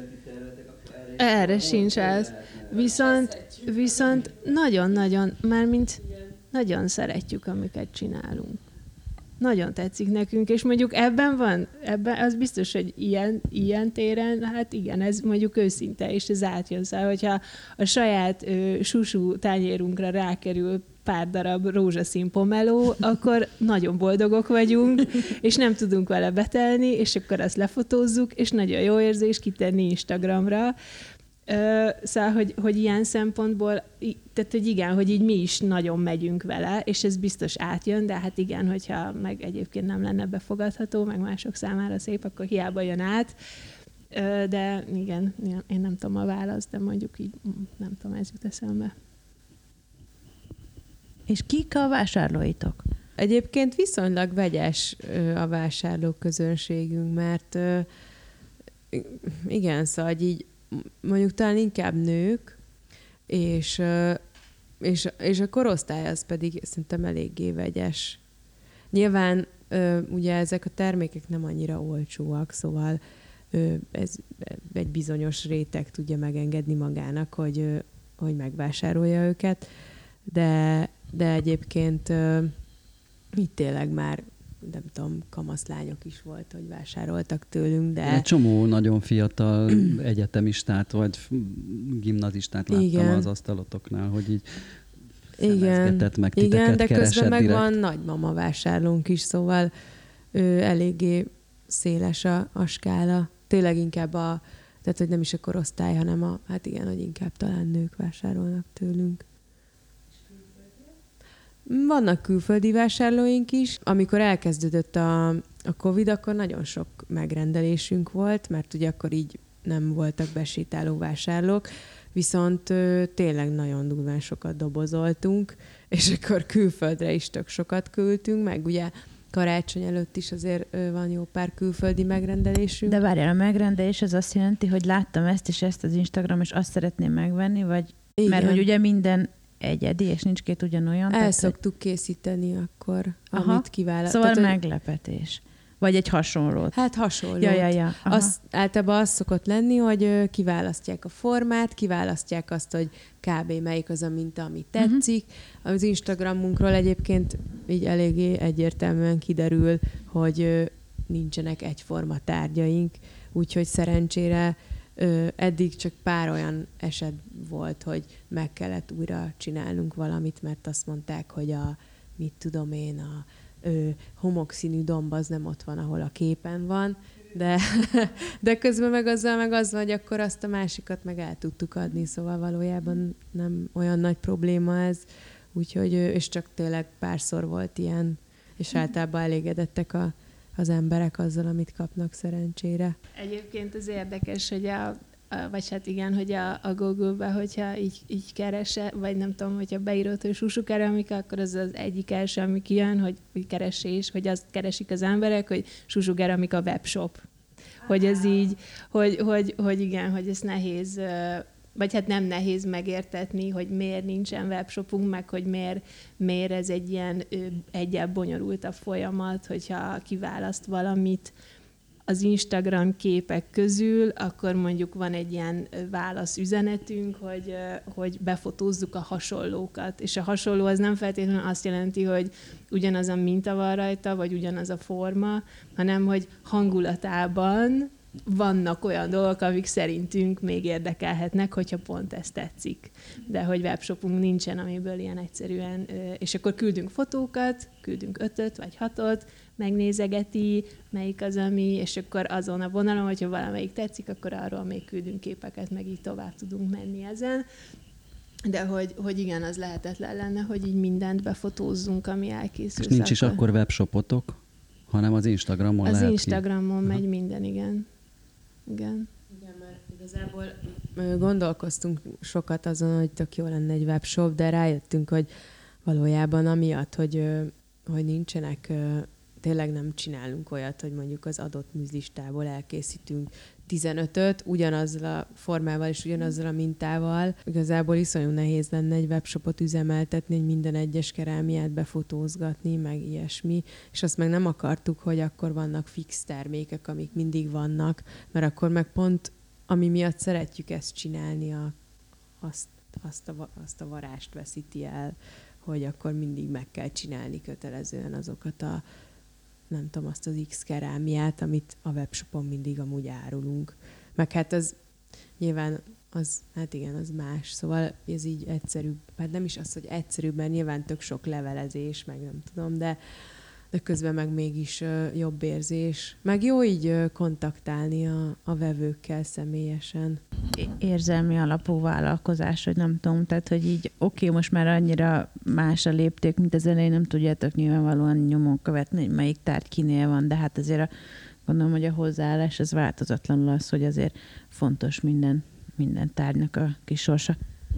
erre sincs ez. Viszont, viszont nagyon-nagyon, mármint nagyon szeretjük, amiket csinálunk. Nagyon tetszik nekünk, és mondjuk ebben van, ebben az biztos, hogy ilyen, ilyen téren, hát igen, ez mondjuk őszinte, és ez átjön. Szóval, hogyha a saját ö, susú tányérunkra rákerül pár darab rózsaszín pomeló, akkor nagyon boldogok vagyunk, és nem tudunk vele betelni, és akkor azt lefotózzuk, és nagyon jó érzés kitenni Instagramra. Szóval, hogy, hogy ilyen szempontból, tehát, hogy igen, hogy így mi is nagyon megyünk vele, és ez biztos átjön, de hát igen, hogyha meg egyébként nem lenne befogadható, meg mások számára szép, akkor hiába jön át. De igen, én nem tudom a választ, de mondjuk így, nem tudom, ez jut eszembe. És kik a vásárlóitok? Egyébként viszonylag vegyes a vásárlóközönségünk, mert igen, szóval így mondjuk talán inkább nők, és, és, és a korosztály az pedig szerintem eléggé vegyes. Nyilván ugye ezek a termékek nem annyira olcsóak, szóval ez egy bizonyos réteg tudja megengedni magának, hogy, hogy megvásárolja őket, de, de egyébként itt tényleg már nem tudom, kamaszlányok is volt, hogy vásároltak tőlünk, de... Egy csomó nagyon fiatal egyetemistát, vagy gimnazistát láttam igen. az asztalotoknál, hogy így szemezgetett meg titeket, igen, de közben meg direkt. van nagymama vásárlónk is, szóval ő, eléggé széles a, a skála. Tényleg inkább a, tehát hogy nem is a korosztály, hanem a, hát igen, hogy inkább talán nők vásárolnak tőlünk. Vannak külföldi vásárlóink is. Amikor elkezdődött a, a Covid, akkor nagyon sok megrendelésünk volt, mert ugye akkor így nem voltak besétáló vásárlók, viszont ö, tényleg nagyon durván sokat dobozoltunk, és akkor külföldre is tök sokat küldtünk, meg ugye karácsony előtt is azért ö, van jó pár külföldi megrendelésünk. De várjál, a megrendelés az azt jelenti, hogy láttam ezt és ezt az Instagram, és azt szeretném megvenni, vagy Igen. Mert hogy ugye minden egyedi, és nincs két ugyanolyan. El tehát, szoktuk készíteni akkor, Aha. amit kiválaszt. Szóval tehát, meglepetés. Vagy egy hasonlót. Hát hasonló. Ja, ja, ja. Az, általában az szokott lenni, hogy ö, kiválasztják a formát, kiválasztják azt, hogy kb. Melyik az a minta, ami tetszik. Uh-huh. Az Instagramunkról egyébként így eléggé egyértelműen kiderül, hogy ö, nincsenek egyforma tárgyaink, úgyhogy szerencsére ö, eddig csak pár olyan eset volt, hogy meg kellett újra csinálnunk valamit, mert azt mondták, hogy a, mit tudom én, a Ö, homokszínű domb az nem ott van, ahol a képen van, de, de közben meg azzal meg az van, hogy akkor azt a másikat meg el tudtuk adni, szóval valójában nem olyan nagy probléma ez, úgyhogy, és csak tényleg párszor volt ilyen, és általában elégedettek a, az emberek azzal, amit kapnak szerencsére. Egyébként az érdekes, hogy a vagy hát igen, hogy a, a Google-be, hogyha így, így keresse, vagy nem tudom, hogyha beírod, hogy susu keramika, akkor az az egyik első, ami kijön, hogy, hogy keresés, hogy azt keresik az emberek, hogy susu keramika webshop. Hogy ez így, hogy, hogy, hogy igen, hogy ez nehéz, vagy hát nem nehéz megértetni, hogy miért nincsen webshopunk, meg hogy miért, miért ez egy ilyen egyel bonyolultabb folyamat, hogyha kiválaszt valamit az Instagram képek közül, akkor mondjuk van egy ilyen válaszüzenetünk, hogy, hogy befotózzuk a hasonlókat. És a hasonló az nem feltétlenül azt jelenti, hogy ugyanaz a minta van rajta, vagy ugyanaz a forma, hanem hogy hangulatában vannak olyan dolgok, amik szerintünk még érdekelhetnek, hogyha pont ez tetszik. De hogy webshopunk nincsen, amiből ilyen egyszerűen, és akkor küldünk fotókat, küldünk ötöt vagy hatot, megnézegeti, melyik az, ami, és akkor azon a vonalon, hogyha valamelyik tetszik, akkor arról még küldünk képeket, meg így tovább tudunk menni ezen. De hogy, hogy igen, az lehetetlen lenne, hogy így mindent befotózzunk, ami elkészül. És nincs is akkor webshopotok, hanem az Instagramon az lehet Az Instagramon ki. megy minden, igen. Igen. Igen, mert igazából gondolkoztunk sokat azon, hogy tök jó lenne egy webshop, de rájöttünk, hogy valójában amiatt, hogy, hogy nincsenek, tényleg nem csinálunk olyat, hogy mondjuk az adott műzlistából elkészítünk tizenötöt, ugyanazzal a formával és ugyanazzal a mintával. Igazából iszonyú nehéz lenne egy webshopot üzemeltetni, hogy minden egyes kerámiát befotózgatni, meg ilyesmi, és azt meg nem akartuk, hogy akkor vannak fix termékek, amik mindig vannak, mert akkor meg pont, ami miatt szeretjük ezt csinálni, a, azt, azt, a, azt a varást veszíti el, hogy akkor mindig meg kell csinálni kötelezően azokat a nem tudom, azt az X kerámiát, amit a webshopon mindig amúgy árulunk. Meg hát az nyilván az, hát igen, az más. Szóval ez így egyszerűbb. Hát nem is az, hogy egyszerűbb, mert nyilván tök sok levelezés, meg nem tudom, de, de közben meg mégis uh, jobb érzés. Meg jó így uh, kontaktálni a, a vevőkkel személyesen. Érzelmi alapú vállalkozás, hogy nem tudom, tehát, hogy így oké, okay, most már annyira más a lépték, mint az elején, nem tudjátok nyilvánvalóan nyomon követni, hogy melyik tárgy kinél van, de hát azért a, gondolom, hogy a hozzáállás az változatlanul az, hogy azért fontos minden, minden tárgynak a kis sorsa.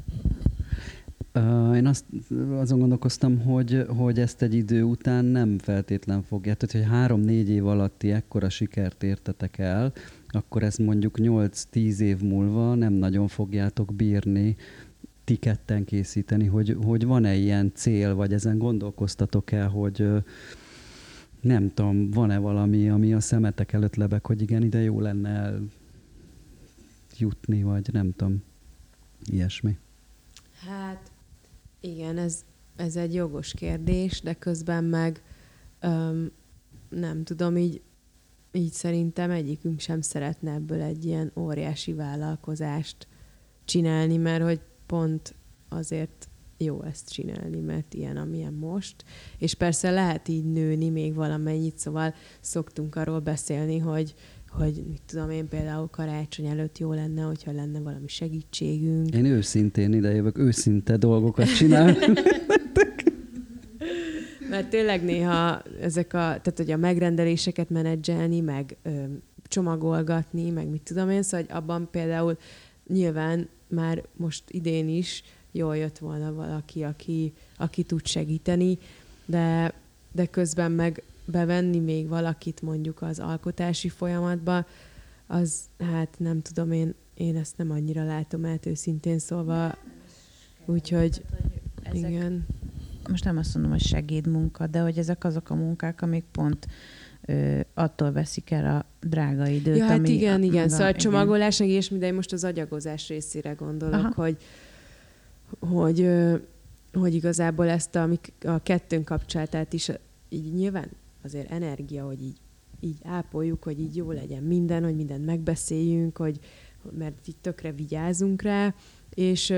Uh, én azt, azon gondolkoztam, hogy, hogy ezt egy idő után nem feltétlen fogják. Tehát, hogy három-négy év alatti ekkora sikert értetek el, akkor ezt mondjuk nyolc-tíz év múlva nem nagyon fogjátok bírni ti ketten készíteni, hogy, hogy van-e ilyen cél, vagy ezen gondolkoztatok el, hogy nem tudom, van-e valami, ami a szemetek előtt lebeg, hogy igen, ide jó lenne eljutni, vagy nem tudom, ilyesmi. Hát igen, ez, ez egy jogos kérdés, de közben meg öm, nem tudom, így, így szerintem egyikünk sem szeretne ebből egy ilyen óriási vállalkozást csinálni, mert hogy pont azért jó ezt csinálni, mert ilyen, amilyen most. És persze lehet így nőni még valamennyit, szóval szoktunk arról beszélni, hogy hogy mit tudom én, például karácsony előtt jó lenne, hogyha lenne valami segítségünk. Én őszintén idejövök, őszinte dolgokat csinálni. Mert tényleg néha ezek a, tehát hogy a megrendeléseket menedzselni, meg ö, csomagolgatni, meg mit tudom én, szóval hogy abban például nyilván már most idén is jól jött volna valaki, aki, aki tud segíteni, de, de közben meg bevenni még valakit mondjuk az alkotási folyamatba, az hát nem tudom, én, én ezt nem annyira látom át őszintén, szóval Úgyhogy Ezek, igen. most nem azt mondom, hogy segédmunka, de hogy ezek azok a munkák, amik pont ö, attól veszik el a drága időt. Ja, hát ami igen, a, igen. Szóval a csomagolás, meg ilyesmi, de én most az agyagozás részére gondolok, hogy, hogy, hogy igazából ezt a, a kettőnk kapcsolatát is így nyilván azért energia, hogy így, így ápoljuk, hogy így jó legyen minden, hogy mindent megbeszéljünk, hogy, mert így tökre vigyázunk rá, és,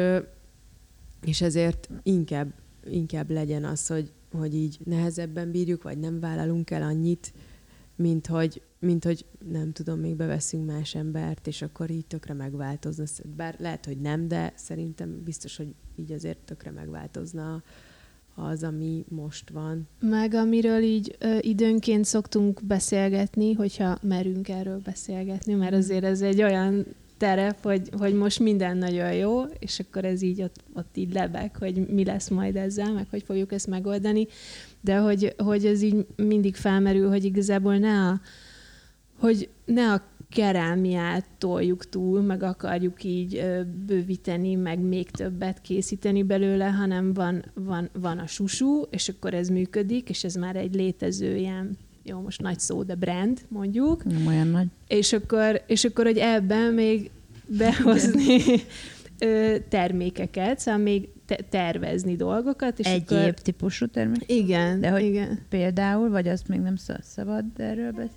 és ezért inkább, inkább legyen az, hogy, hogy így nehezebben bírjuk, vagy nem vállalunk el annyit, mint hogy, mint hogy nem tudom, még beveszünk más embert, és akkor így tökre megváltozna. Bár lehet, hogy nem, de szerintem biztos, hogy így azért tökre megváltozna az, ami most van. Meg amiről így ö, időnként szoktunk beszélgetni, hogyha merünk erről beszélgetni, mert azért ez egy olyan terep, hogy, hogy most minden nagyon jó, és akkor ez így ott, ott így lebeg, hogy mi lesz majd ezzel, meg hogy fogjuk ezt megoldani. De hogy, hogy ez így mindig felmerül, hogy igazából ne a, hogy ne a kerámiát toljuk túl, meg akarjuk így ö, bővíteni, meg még többet készíteni belőle, hanem van, van, van a susú, és akkor ez működik, és ez már egy létező ilyen, jó, most nagy szó, de brand, mondjuk. Nem olyan nagy. És akkor, és akkor hogy ebben még behozni ö, termékeket, szóval még te- tervezni dolgokat. És Egyéb akkor... típusú termék? Igen, de hogy igen. Például, vagy azt még nem szabad erről beszélni?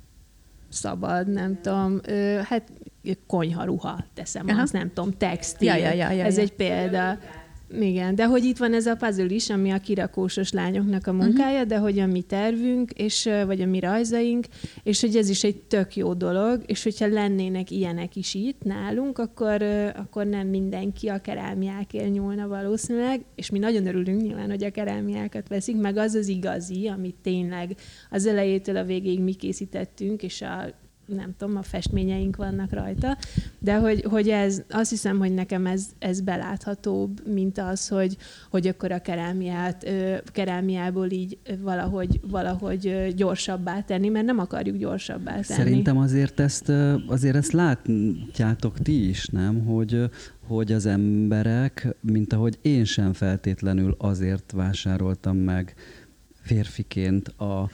Szabad, nem tudom, ö, hát konyharuha teszem, Aha. azt nem tudom, textil. Ja, ja, ja, ja, ez ja. egy példa. Igen, de hogy itt van ez a puzzle is, ami a kirakósos lányoknak a munkája, uh-huh. de hogy a mi tervünk, és, vagy a mi rajzaink, és hogy ez is egy tök jó dolog, és hogyha lennének ilyenek is itt nálunk, akkor, akkor nem mindenki a kerámiákért nyúlna valószínűleg, és mi nagyon örülünk nyilván, hogy a kerámiákat veszik, meg az az igazi, amit tényleg az elejétől a végéig mi készítettünk, és a nem tudom, a festményeink vannak rajta, de hogy, hogy ez, azt hiszem, hogy nekem ez, ez beláthatóbb, mint az, hogy, hogy akkor a kerámiát, kerámiából így valahogy, valahogy gyorsabbá tenni, mert nem akarjuk gyorsabbá tenni. Szerintem azért ezt, azért ezt látjátok ti is, nem? Hogy, hogy az emberek, mint ahogy én sem feltétlenül azért vásároltam meg férfiként a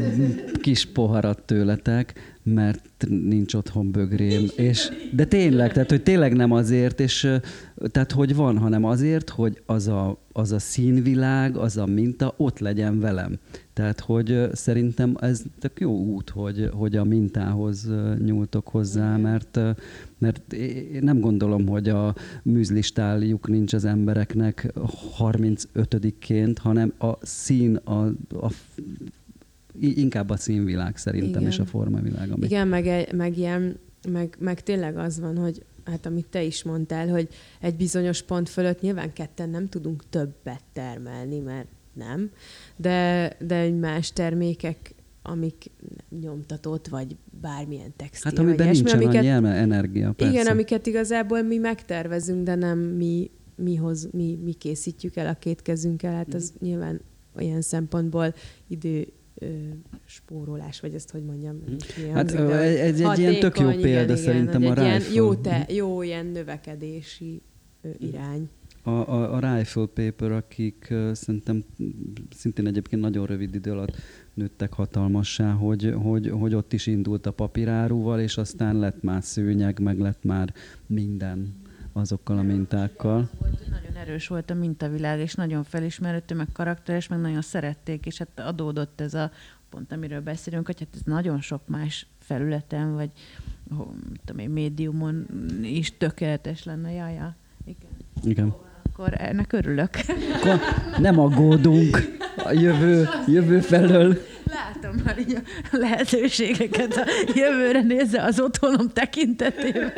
kis poharat tőletek, mert nincs otthon bögrém. És, de tényleg, tehát hogy tényleg nem azért, és tehát hogy van, hanem azért, hogy az a, az a színvilág, az a minta ott legyen velem. Tehát, hogy szerintem ez tök jó út, hogy, hogy a mintához nyúltok hozzá, mert, mert én nem gondolom, hogy a műzlistáljuk nincs az embereknek harmincötödikként, hanem a szín, a, a inkább a színvilág szerintem, igen. És a formavilág. Ami... Igen, meg, meg, ilyen, meg, meg tényleg az van, hogy hát amit te is mondtál, hogy egy bizonyos pont fölött nyilván ketten nem tudunk többet termelni, mert nem, de, de egy más termékek, amik nyomtatott, vagy bármilyen textil, hát amiben vagy ilyesmi, nincsen amiket, annyi energia, persze. Igen, amiket igazából mi megtervezünk, de nem mi, mi, hoz, mi, mi készítjük el a két kezünkkel, hát az mm. nyilván olyan szempontból idő ö, spórolás, vagy ezt hogy mondjam. Hát hangzik, ez egy ilyen tök jó példa igen, szerintem igen, a ilyen Rifle. Jó, te, jó ilyen növekedési ö, irány. A, a, a Rifle Paper, akik uh, szerintem szintén egyébként nagyon rövid idő alatt nőttek hatalmassá, hogy, hogy, hogy ott is indult a papíráruval, és aztán lett már szőnyeg, meg lett már minden azokkal a mintákkal. Nagyon erős volt a mintavilág, és nagyon felismerhető, meg karakteres, meg nagyon szerették, és hát adódott ez a pont, amiről beszélünk, hogy hát ez nagyon sok más felületen, vagy mit tudom én, médiumon is tökéletes lenne. Jaj, ja. Igen. Igen. Akkor ennek örülök. Akkor nem aggódunk a jövő, jövő felől. Látom már így a lehetőségeket a jövőre nézve az otthonom tekintetében.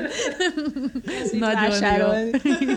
Nagyon jó.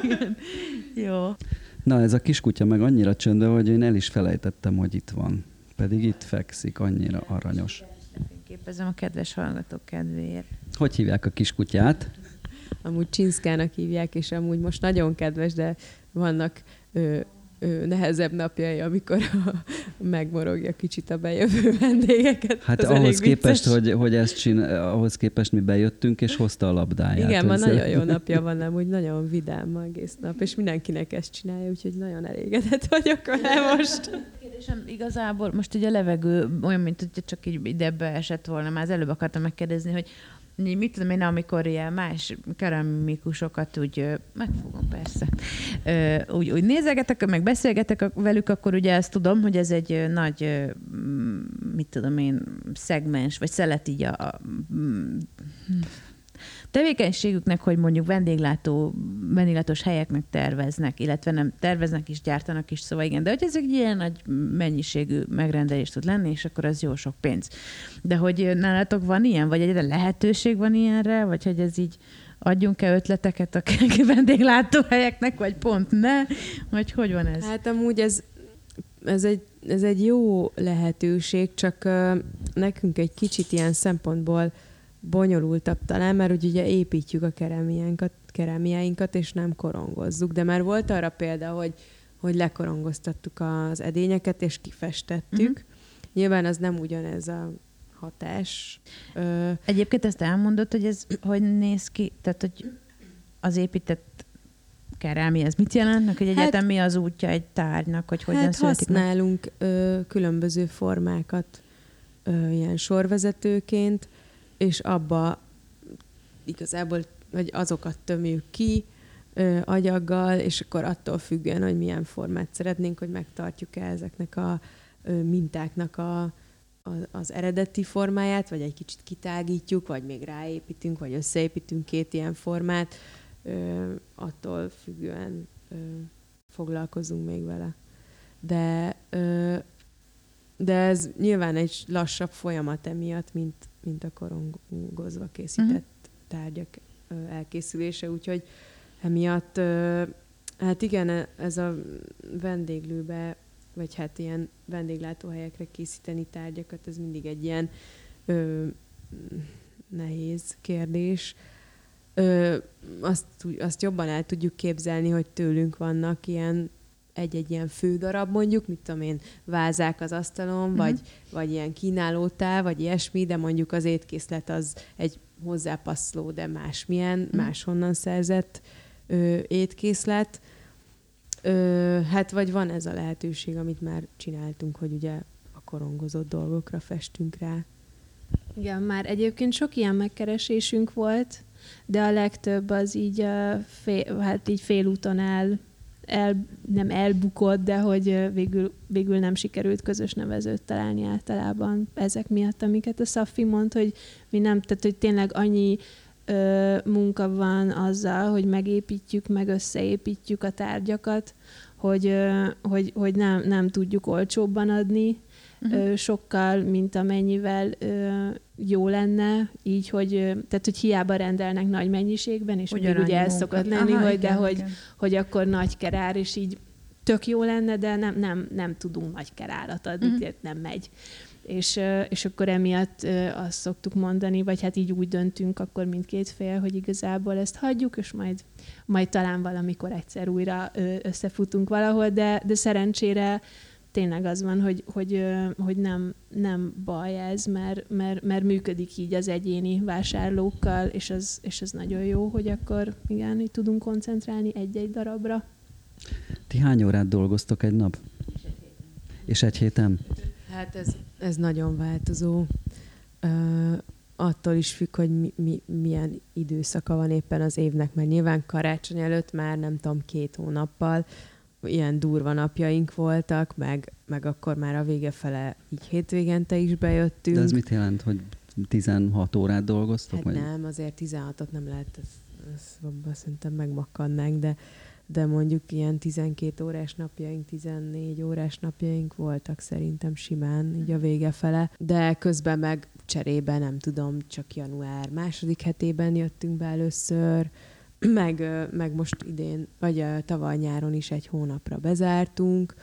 Jó. Na, ez a kiskutya meg annyira csöndő, hogy én el is felejtettem, hogy itt van. Pedig itt fekszik, annyira aranyos. Képezem a kedves hallgatók kedvéért. Hogy hívják a kiskutyát? Amúgy Csinszkának hívják, és amúgy most nagyon kedves, de vannak ö, ö, nehezebb napjai, amikor a, megmorogja kicsit a bejövő vendégeket. Hát az ahhoz képest, vicces. hogy, hogy ezt csinál, ahhoz képest mi bejöttünk, és hozta a labdáját. Igen, ma Ezzel... nagyon jó napja van, nem úgy nagyon vidám ma egész nap, és mindenkinek ezt csinálja, úgyhogy nagyon elégedett vagyok vele most. Kérdésem igazából most ugye a levegő olyan, mint hogy csak így ide beesett volna, már az előbb akartam megkérdezni, hogy mit tudom én, amikor ilyen más keramikusokat úgy, megfogom persze, úgy, úgy nézegetek, meg beszélgetek velük, akkor ugye ezt tudom, hogy ez egy nagy, mit tudom én, szegmens, vagy szelet így a, a tevékenységüknek, hogy mondjuk vendéglátó, vendéglátós helyeknek terveznek, illetve nem terveznek is, gyártanak is, szóval igen, de hogy ez egy ilyen nagy mennyiségű megrendelés tud lenni, és akkor az jó sok pénz. De hogy nálatok van ilyen, vagy egyre lehetőség van ilyenre, vagy hogy ez így adjunk-e ötleteket a vendéglátó helyeknek, vagy pont ne, vagy hogy van ez? Hát amúgy ez, ez, egy, ez egy jó lehetőség, csak uh, nekünk egy kicsit ilyen szempontból bonyolultabb talán, mert ugye építjük a kerámiánkat, kerámiáinkat, és nem korongozzuk. De már volt arra példa, hogy, hogy lekorongoztattuk az edényeket, és kifestettük. Uh-huh. Nyilván az nem ugyanez a hatás. Ö... Egyébként ezt elmondod, hogy ez hogy néz ki? Tehát, hogy az épített kerámia, ez mit jelent? Hogy egyáltalán hát, mi az útja egy tárgynak, hogy hogyan hát születik? használunk ö, különböző formákat ö, ilyen sorvezetőként, és abba igazából, hogy azokat tömjük ki ö, agyaggal, és akkor attól függően, hogy milyen formát szeretnénk, hogy megtartjuk-e ezeknek a ö, mintáknak a, a, az eredeti formáját, vagy egy kicsit kitágítjuk, vagy még ráépítünk, vagy összeépítünk két ilyen formát, ö, attól függően ö, foglalkozunk még vele. De, ö, de ez nyilván egy lassabb folyamat emiatt, mint mint a korongozva készített uh-huh. tárgyak ö, elkészülése, úgyhogy emiatt, ö, hát igen, ez a vendéglőbe, vagy hát ilyen vendéglátóhelyekre készíteni tárgyakat, ez mindig egy ilyen ö, nehéz kérdés. Ö, azt, azt jobban el tudjuk képzelni, hogy tőlünk vannak ilyen egy-egy ilyen fődarab mondjuk, mit tudom én, vázák az asztalon, uh-huh. vagy, vagy ilyen kínálótál, vagy ilyesmi, de mondjuk az étkészlet az egy hozzápasszoló, de másmilyen, uh-huh. máshonnan szerzett ö, étkészlet. Ö, hát vagy van ez a lehetőség, amit már csináltunk, hogy ugye a korongozott dolgokra festünk rá. Igen, már egyébként sok ilyen megkeresésünk volt, de a legtöbb az így, uh, fél, hát így félúton el El, nem elbukott, de hogy végül, végül nem sikerült közös nevezőt találni általában ezek miatt, amiket a Szafi mond, hogy mi nem, tehát hogy tényleg annyi ö, munka van azzal, hogy megépítjük, meg összeépítjük a tárgyakat, hogy, ö, hogy, hogy nem, nem tudjuk olcsóbban adni, uh-huh. ö, sokkal, mint amennyivel ö, jó lenne, így, hogy, tehát, hogy hiába rendelnek nagy mennyiségben, és még ugye ez szokott lenni, Aha, hogy, igen, de hogy, hogy akkor nagy kerár, és így tök jó lenne, de nem, nem, nem tudunk nagy kerárat adni, uh-huh. tehát nem megy. És, és akkor emiatt azt szoktuk mondani, vagy hát így úgy döntünk akkor mindkét fél, hogy igazából ezt hagyjuk, és majd, majd talán valamikor egyszer újra összefutunk valahol, de, de szerencsére tényleg az van, hogy, hogy, hogy nem, nem baj ez, mert, mert, mert működik így az egyéni vásárlókkal, és az, és az nagyon jó, hogy akkor igen, így tudunk koncentrálni egy-egy darabra. Ti hány órát dolgoztok egy nap? És egy héten? Hát ez, ez nagyon változó. Uh, attól is függ, hogy mi, mi, milyen időszaka van éppen az évnek, mert nyilván karácsony előtt már nem tudom, két hónappal ilyen durva napjaink voltak, meg, meg akkor már a vége fele így hétvégente is bejöttünk. De ez mit jelent, hogy tizenhat órát dolgoztok? Hát vagy? nem, azért tizenhatot nem lehet, ez, ez, abban szerintem megmakkadnánk, de, de mondjuk ilyen tizenkét órás napjaink, tizennégy órás napjaink voltak szerintem simán, így a vége fele, de közben meg cserébe nem tudom, csak január második hetében jöttünk be először, meg, meg most idén, vagy tavaly nyáron is egy hónapra bezártunk,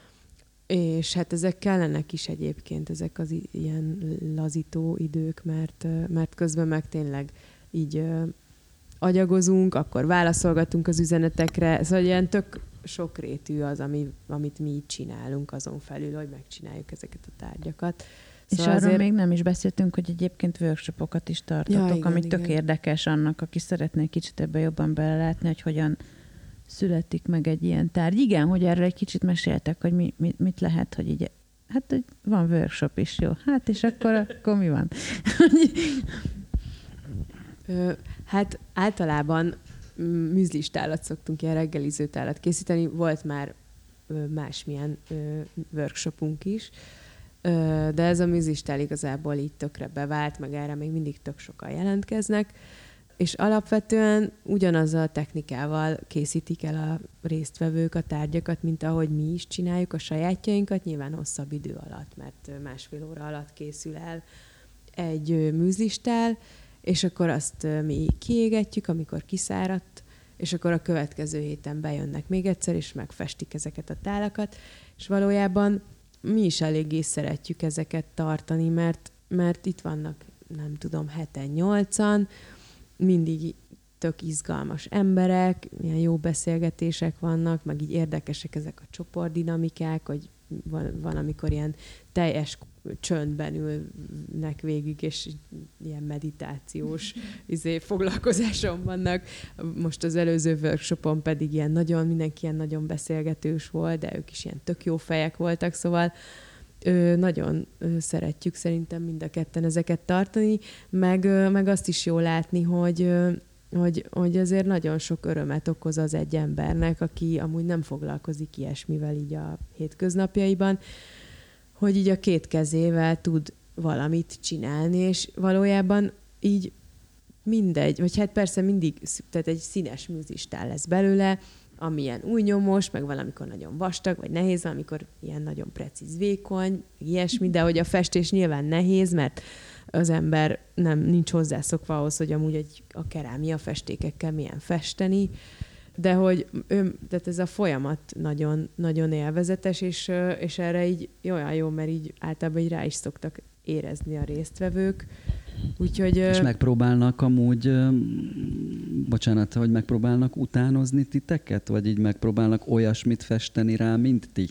és hát ezek kellenek is egyébként, ezek az ilyen lazító idők, mert, mert közben meg tényleg így agyagozunk, akkor válaszolgatunk az üzenetekre, szóval ilyen tök sokrétű az, ami, amit mi így csinálunk azon felül, hogy megcsináljuk ezeket a tárgyakat. És Szóval arról azért... még nem is beszéltünk, hogy egyébként workshopokat is tartotok, Ja, igen, ami tök igen. érdekes annak, aki szeretné kicsit ebbe jobban belelátni, hogy hogyan születik meg egy ilyen tárgy. Igen, hogy erről egy kicsit meséltek, hogy mi, mi, mit lehet, hogy így, hát hogy van workshop is, jó. Hát és akkor, akkor mi van? Ö, hát általában műzlistálat szoktunk, ilyen reggelizőtálat készíteni. Volt már ö, másmilyen ö, workshopunk is, ö, de ez a műzlistál igazából így tökre bevált, meg erre még mindig tök sokan jelentkeznek, és alapvetően ugyanazzal a technikával készítik el a résztvevők a tárgyakat, mint ahogy mi is csináljuk a sajátjainkat, nyilván hosszabb idő alatt, mert másfél óra alatt készül el egy ö, műzlistál, és akkor azt mi kiégetjük, amikor kiszáradt, és akkor a következő héten bejönnek még egyszer, és megfestik ezeket a tálakat, és valójában mi is eléggé szeretjük ezeket tartani, mert, mert itt vannak, nem tudom, heten, nyolcan, mindig tök izgalmas emberek, milyen jó beszélgetések vannak, meg így érdekesek ezek a csoportdinamikák, hogy van, van amikor ilyen teljes csöndben ülnek végig, és ilyen meditációs izé, foglalkozáson vannak. Most az előző workshopon pedig ilyen nagyon, mindenki ilyen nagyon beszélgetős volt, de ők is ilyen tök jó fejek voltak, szóval ö, nagyon ö, szeretjük szerintem mind a ketten ezeket tartani, meg, ö, meg azt is jó látni, hogy ö, Hogy, hogy azért nagyon sok örömet okoz az egy embernek, aki amúgy nem foglalkozik ilyesmivel így a hétköznapjaiban, hogy így a két kezével tud valamit csinálni, és valójában így mindegy, vagy hát persze mindig, tehát egy színes műzlistál lesz belőle, amilyen új nyomos, meg valamikor nagyon vastag, vagy nehéz, valamikor ilyen nagyon precíz, vékony, meg ilyesmi, de hogy a festés nyilván nehéz, mert az ember nem nincs hozzászokva ahhoz, hogy amúgy egy, a kerámia festékekkel milyen festeni, de hogy ő, tehát ez a folyamat nagyon, nagyon élvezetes, és, és erre így olyan jó, mert így általában így rá is szoktak érezni a résztvevők. Úgyhogy, és megpróbálnak amúgy, bocsánat, hogy megpróbálnak utánozni titeket, vagy így megpróbálnak olyasmit festeni rá, mint ti?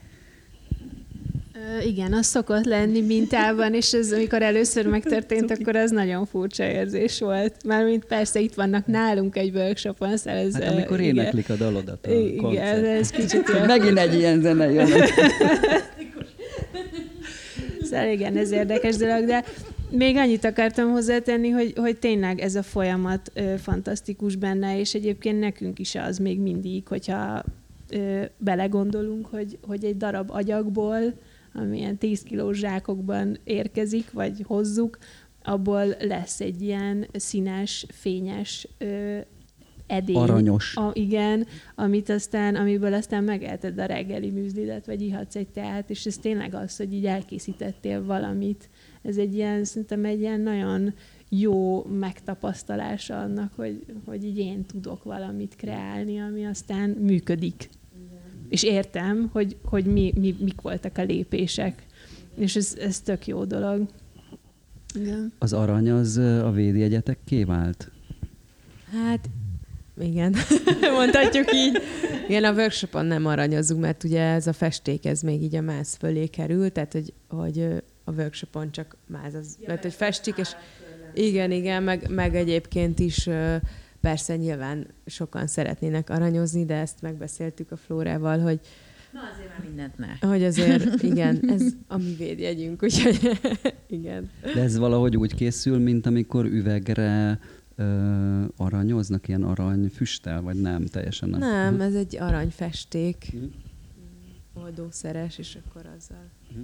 Ö, igen, az szokott lenni mintában, és ez, amikor először megtörtént, akkor az nagyon furcsa érzés volt. Mármint persze itt vannak nálunk egy workshopon, szóval ez... Hát amikor igen, éneklik a dalodat a igen, koncert. ez kicsit ilyen... Megint egy ilyen zene jön. Szóval igen, ez érdekes dolog, de még annyit akartam hozzátenni, hogy, hogy tényleg ez a folyamat ö, fantasztikus benne, és egyébként nekünk is az még mindig, hogyha ö, belegondolunk, hogy, hogy egy darab agyagból, amilyen tíz kilós zsákokban érkezik, vagy hozzuk, abból lesz egy ilyen színes, fényes ö, edény. Aranyos. A, igen, amit aztán, amiből aztán megelted a reggeli műzlidet, vagy ihatsz egy teát, és ez tényleg az, hogy így elkészítettél valamit. Ez egy ilyen, szerintem egy ilyen nagyon jó megtapasztalása annak, hogy, hogy így én tudok valamit kreálni, ami aztán működik. Igen. És értem, hogy, hogy mi, mi, mik voltak a lépések. És ez, ez tök jó dolog. Igen. Az arany az a védjegyetekké vált? Hát igen, mondhatjuk így. Igen, a workshopon nem aranyozunk, mert ugye ez a festék, ez még így a máz fölé kerül, tehát hogy, hogy a workshopon csak máz az, ja, mert hogy festik, és igen, igen, meg, meg egyébként is persze nyilván sokan szeretnének aranyozni, de ezt megbeszéltük a Flórával, hogy na azért már mindent ne. Hogy azért, igen, ez a mi védjegyünk, úgyhogy igen. De ez valahogy úgy készül, mint amikor üvegre Ö, aranyoznak, ilyen aranyfüsttel, vagy nem? Teljesen nem. Nem, ez egy aranyfesték. Mm. Oldószeres, és akkor azzal. Mm.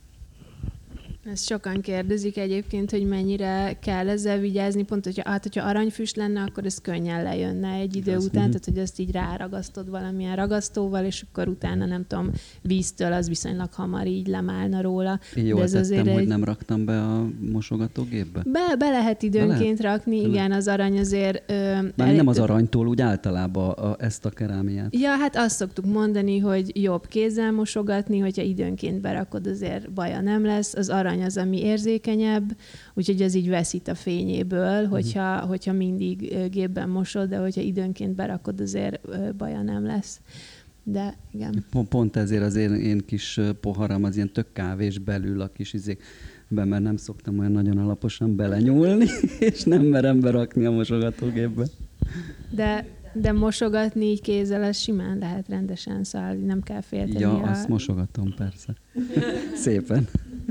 Ezt sokan kérdezik egyébként, hogy mennyire kell ezzel vigyázni, pont, hogyha, hát, hogyha aranyfüst lenne, akkor ez könnyen lejönne egy idő ez, után, mm. tehát hogy azt így ráragasztod valamilyen ragasztóval, és akkor utána nem tudom, víztől az viszonylag hamar így lemálna róla. Én jól tettem, azért hogy egy... nem raktam be a mosogatógépbe? Be, be lehet időnként be lehet? rakni, be igen, az arany azért... Ö, Már nem az aranytól, úgy általában a, a, ezt a kerámiát. Ja, hát azt szoktuk mondani, hogy jobb kézzel mosogatni, hogyha időnként berakod, azért baja nem lesz. Az arany az, ami érzékenyebb, úgyhogy az így veszít a fényéből, hogyha, hogyha mindig gépben mosod, de hogyha időnként berakod, azért baja nem lesz. De igen. Pont ezért az én, én kis poharam az ilyen tök kávés belül a kis izékben, mert nem szoktam olyan nagyon alaposan belenyúlni, és nem merem berakni a mosogatógépbe. De, de mosogatni így kézzel, az simán lehet rendesen, szóval nem kell félteni. Ja, a... azt mosogatom, persze. Szépen.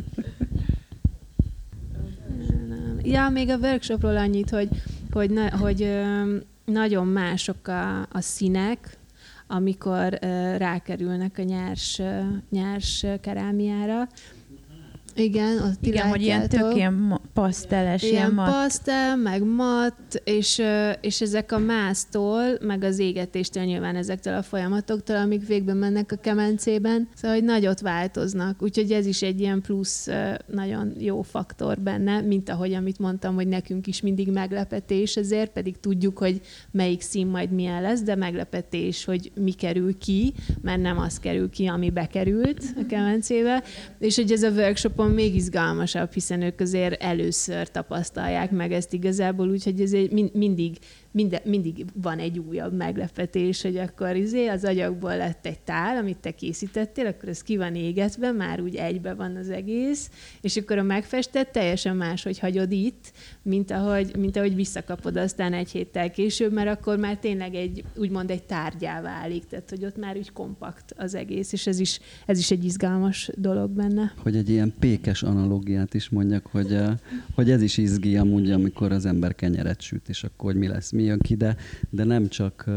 Ja, még a workshopról annyit, hogy, hogy, na, hogy ö, nagyon mások a, a színek, amikor ö, rákerülnek a nyers, ö, nyers kerámiára. Igen, ott Igen, hogy ilyen tök ilyen paszteles, ilyen, ilyen mat. pasztel, meg mat, és, és ezek a másztól, meg az égetéstől nyilván ezektől a folyamatoktól, amik végbe mennek a kemencében, szóval, hogy nagyot változnak. Úgyhogy ez is egy ilyen plusz nagyon jó faktor benne, mint ahogy amit mondtam, hogy nekünk is mindig meglepetés ezért, pedig tudjuk, hogy melyik szín majd milyen lesz, de meglepetés, hogy mi kerül ki, mert nem az kerül ki, ami bekerült a kemencébe, és hogy ez a workshopon még izgalmasabb, hiszen ők azért először tapasztalják meg ezt igazából, úgyhogy ez egy, mindig, minden, mindig van egy újabb meglepetés, hogy akkor izé az agyagból lett egy tál, amit te készítettél, akkor ez ki van égetve, már úgy egybe van az egész, és akkor a megfestett teljesen máshogy hagyod itt, mint ahogy, mint ahogy visszakapod aztán egy héttel később, mert akkor már tényleg egy, úgymond egy tárgyá válik, tehát hogy ott már úgy kompakt az egész, és ez is, ez is egy izgalmas dolog benne. Hogy egy ilyen pékes analógiát is mondjak, hogy, hogy ez is izgi amúgy, amikor az ember kenyeret süt, és akkor hogy mi lesz, mi jön ki, de, de nem csak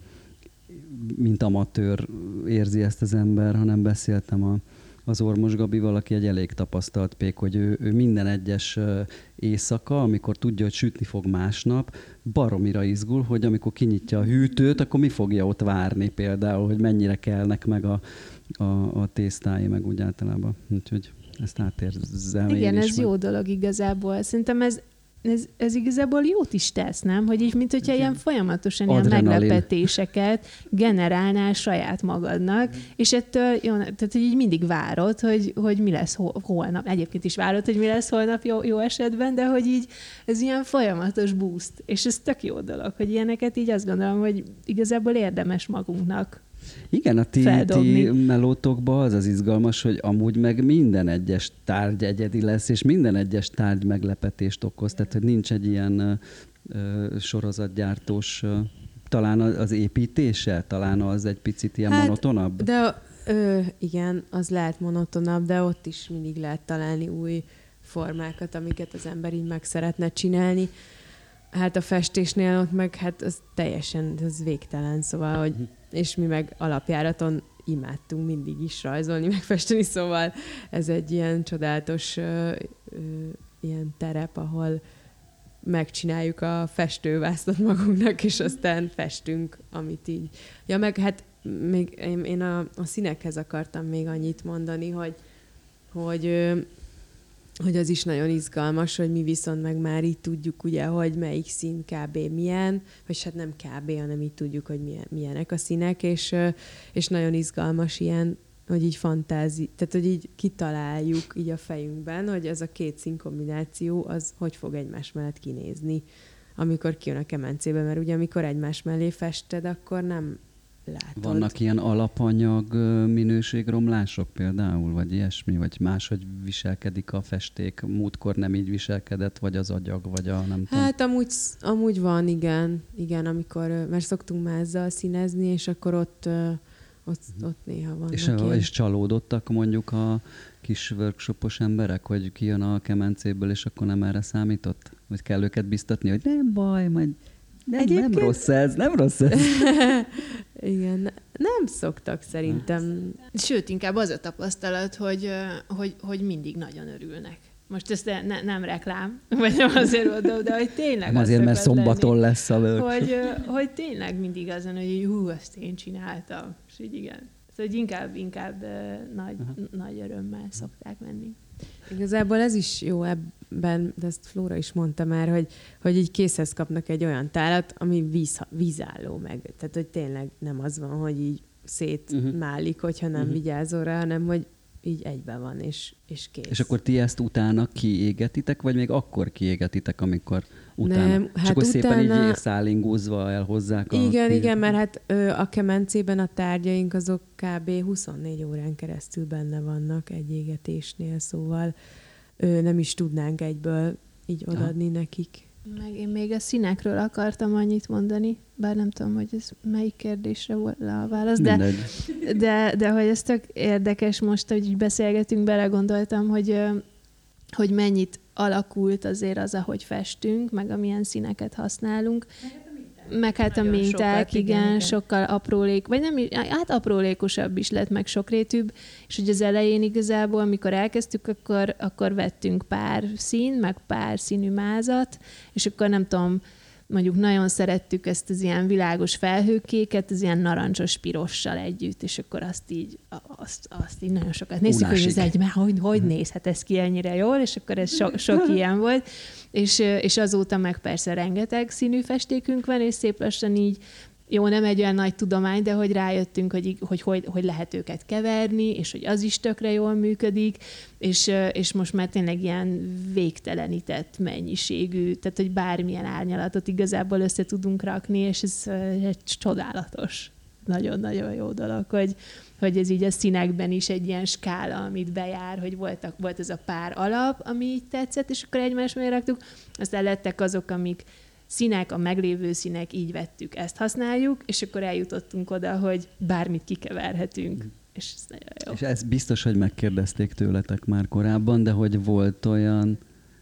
mint amatőr érzi ezt az ember, hanem beszéltem a, az Ormos Gabival, aki egy elég tapasztalt pék, hogy ő, ő minden egyes éjszaka, amikor tudja, hogy sütni fog másnap, baromira izgul, hogy amikor kinyitja a hűtőt, akkor mi fogja ott várni például, hogy mennyire kelnek meg a, a, a tésztái, meg úgy általában. Úgyhogy ezt átérzem. Igen, ez is, jó meg... dolog igazából. Szerintem ez, ez, ez igazából jót is tesz, nem? Hogy így, mint hogyha ilyen folyamatosan Adrenalin. ilyen meglepetéseket generálnál saját magadnak, és ettől jó, tehát hogy így mindig várod, hogy, hogy mi lesz holnap. Egyébként is várod, hogy mi lesz holnap jó, jó esetben, de hogy így ez ilyen folyamatos boost. És ez tök jó dolog, hogy ilyeneket így azt gondolom, hogy igazából érdemes magunknak. Igen, a ti, ti melótokban az az izgalmas, hogy amúgy meg minden egyes tárgy egyedi lesz, és minden egyes tárgy meglepetést okoz. Tehát, hogy nincs egy ilyen uh, sorozatgyártós, uh, talán az építése, talán az egy picit ilyen hát, monotonabb? De ö, igen, az lehet monotonabb, de ott is mindig lehet találni új formákat, amiket az ember így meg szeretne csinálni. Hát a festésnél ott meg hát az teljesen, ez végtelen, szóval, hogy és mi meg alapjáraton imádtunk mindig is rajzolni, megfesteni, szóval ez egy ilyen csodálatos ö, ö, ilyen terep, ahol megcsináljuk a festővásztot magunknak, és aztán festünk, amit így. Ja, meg hát még én, én a, a színekhez akartam még annyit mondani, hogy, hogy ö, hogy az is nagyon izgalmas, hogy mi viszont meg már így tudjuk, ugye, hogy melyik szín kb. Milyen, vagy hát nem kb., hanem így tudjuk, hogy milyen, milyenek a színek, és, és nagyon izgalmas ilyen, hogy így fantázi, tehát hogy így kitaláljuk így a fejünkben, hogy ez a két színkombináció, az hogy fog egymás mellett kinézni, amikor kijön a kemencébe, mert ugye amikor egymás mellé fested, akkor nem látod. Vannak ilyen alapanyag minőségromlások például, vagy ilyesmi, vagy máshogy viselkedik a festék, múltkor nem így viselkedett, vagy az agyag, vagy a nem tudom. Hát amúgy, amúgy van, igen, igen, amikor, mert szoktunk mázzal színezni, és akkor ott, ott, ott néha vannak és, ilyen. És csalódottak mondjuk a kis workshopos emberek, hogy kijön a kemencéből, és akkor nem erre számított? Vagy kell őket biztatni, hogy nem baj, majd Nem, nem rossz ez, nem rossz ez. Igen, nem szoktak szerintem. Sőt, inkább az a tapasztalat, hogy, hogy, hogy mindig nagyon örülnek. Most ezt ne, nem reklám, vagy nem azért mondom, de hogy tényleg nem azért, mert szombaton lenni, lesz a workshop. Hogy, hogy tényleg mindig azon, hogy hú, ezt én csináltam. És így igen. Szóval hogy inkább, inkább nagy, nagy örömmel szokták menni. Igazából ez is jó ebben, de ezt Flóra is mondta már, hogy, hogy így készhez kapnak egy olyan tálat, ami víz, vízálló meg. Tehát, hogy tényleg nem az van, hogy így szétmálik, hogyha nem uh-huh. vigyázol rá, hanem hogy így egyben van, és, és kész. És akkor ti ezt utána kiégetitek, vagy még akkor kiégetitek, amikor utána? Nem, és hát akkor szépen utána... így szállingózva elhozzák a... Igen, igen, mert hát ö, a kemencében a tárgyaink azok kb. huszonnégy órán keresztül benne vannak egy égetésnél, szóval ö, nem is tudnánk egyből így odaadni Aha. nekik. Meg én még a színekről akartam annyit mondani, bár nem tudom, hogy ez melyik kérdésre volt le a válasz, de, de, de hogy ez tök érdekes most, hogy így beszélgetünk, belegondoltam, hogy, hogy mennyit alakult azért az, ahogy festünk, meg amilyen színeket használunk. Meg hát a minták, sokat, igen, igen, sokkal aprólék, vagy nem, hát aprólékosabb is lett, meg sokrétűbb, és hogy az elején igazából, amikor elkezdtük, akkor, akkor vettünk pár szín, meg pár színű mázat, és akkor nem tudom, mondjuk nagyon szerettük ezt az ilyen világos felhőkéket, az ilyen narancsos pirossal együtt, és akkor azt így, azt, azt így nagyon sokat nézzük, hogy ez egy, mert hogy, hogy nézhet ez ki ennyire jól, és akkor ez so, sok ilyen volt. És, és azóta meg persze rengeteg színű festékünk van, és szép lassan így, jó, nem egy olyan nagy tudomány, de hogy rájöttünk, hogy hogy, hogy, hogy lehet őket keverni, és hogy az is tökre jól működik, és, és most már tényleg ilyen végtelenített mennyiségű, tehát hogy bármilyen árnyalatot igazából össze tudunk rakni, és ez egy csodálatos, nagyon-nagyon jó dolog, hogy, hogy ez így a színekben is egy ilyen skála, amit bejár, hogy voltak, volt ez a pár alap, ami így tetszett, és akkor egymás mellé raktuk, aztán lettek azok, amik színek, a meglévő színek, így vettük, ezt használjuk, és akkor eljutottunk oda, hogy bármit kikeverhetünk. És ez nagyon jó. És ezt biztos, hogy megkérdezték tőletek már korábban, de hogy volt olyan,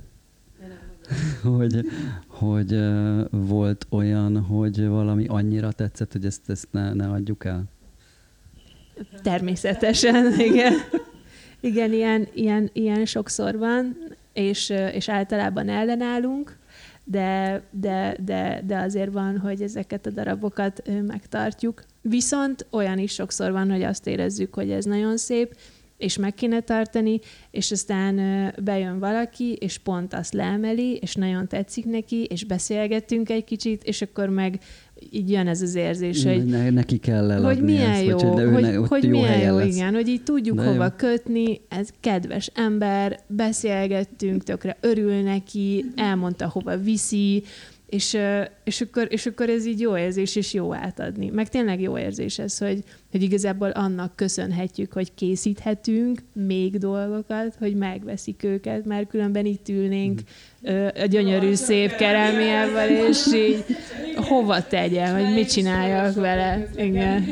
hogy, hogy uh, volt olyan, hogy valami annyira tetszett, hogy ezt, ezt ne, ne adjuk el? Természetesen, igen. Igen, ilyen, ilyen, ilyen sokszor van, és, és általában ellenállunk, de, de, de, de azért van, hogy ezeket a darabokat megtartjuk. Viszont olyan is sokszor van, hogy azt érezzük, hogy ez nagyon szép, és meg kéne tartani, és aztán bejön valaki, és pont azt leemeli, és nagyon tetszik neki, és beszélgettünk egy kicsit, és akkor meg így jön ez az érzés, hogy ne, neki kell eladni hogy milyen ezt, jó, hogy, hogy, ne, hogy jó milyen jó, lesz. igen, hogy így tudjuk de hova jó. kötni, ez kedves ember, beszélgettünk, tökre örül neki, elmondta, hova viszi, és, és, akkor, és akkor ez így jó érzés, és jó átadni. Meg tényleg jó érzés ez, hogy, hogy igazából annak köszönhetjük, hogy készíthetünk még dolgokat, hogy megveszik őket, mert különben itt ülnénk a gyönyörű szép kerámiával, és így hova tegyem, hogy mit csináljak vele. Igen.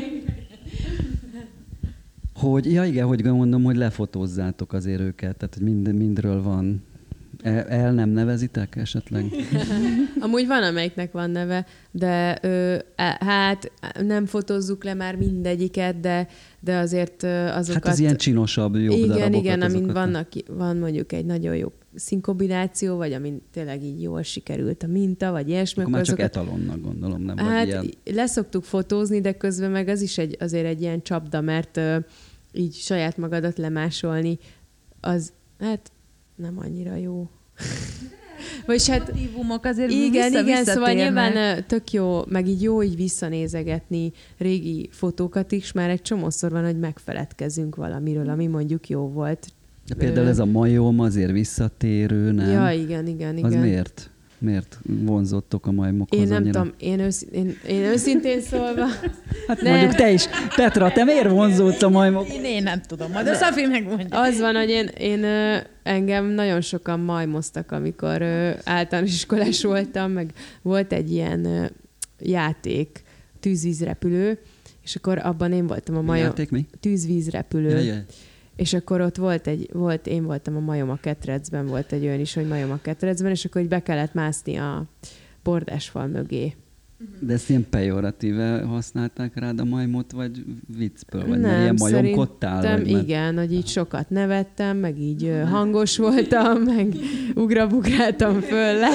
Hogy, ja igen, hogy mondom, hogy lefotózzátok azért őket, tehát hogy mind, mindről van. El, el nem nevezitek esetleg? Amúgy van, amelyiknek van neve, de ö, hát nem fotózzuk le már mindegyiket, de, de azért azokat... Hát az ilyen csinosabb, jobb igen, darabokat. Igen, amin azokat. vannak, van mondjuk egy nagyon jó színkombináció, vagy amin tényleg így jól sikerült a minta, vagy ilyesmi. Akkor már csak azokat... etalonnak gondolom, nem? Hát ilyen... leszoktuk fotózni, de közben meg az is egy, azért egy ilyen csapda, mert ö, így saját magadat lemásolni, az hát nem annyira jó. Vagyis hát azért igen, vissza, igen, szóval nyilván tök jó, meg így jó így visszanézegetni régi fotókat is, már egy csomószor van, hogy megfeledkezünk valamiről, ami mondjuk jó volt. De például ez a majom azért visszatérő, nem? Ja, igen, igen, igen. Az miért? Miért vonzottok a majmokhoz Én nem annyira? tudom, én, ősz, én, én őszintén szólva... Hát nem. mondjuk te is. Petra, te miért vonzódsz a majmok? Én, én nem tudom, majd a Szafi megmondja. Az van, hogy én, én ö, engem nagyon sokan majmoztak, amikor ö, általános iskolás voltam, meg volt egy ilyen ö, játék, tűzvízrepülő, és akkor abban én voltam a majom. Játék mi? Tűzvízrepülő. Ja, ja. És akkor ott volt egy, volt, én voltam a majom a ketrecben, volt egy olyan is, hogy majom a ketrecben, és akkor így be kellett mászni a bordásfal mögé. De ezt ilyen pejoratíve használták rád a majmot, vagy viccből? Vagy Nem, mert ilyen majomkodtál? szerintem Vagy mert... igen, hogy így sokat nevettem, meg így ö, hangos voltam, meg ugrabugráltam föl le.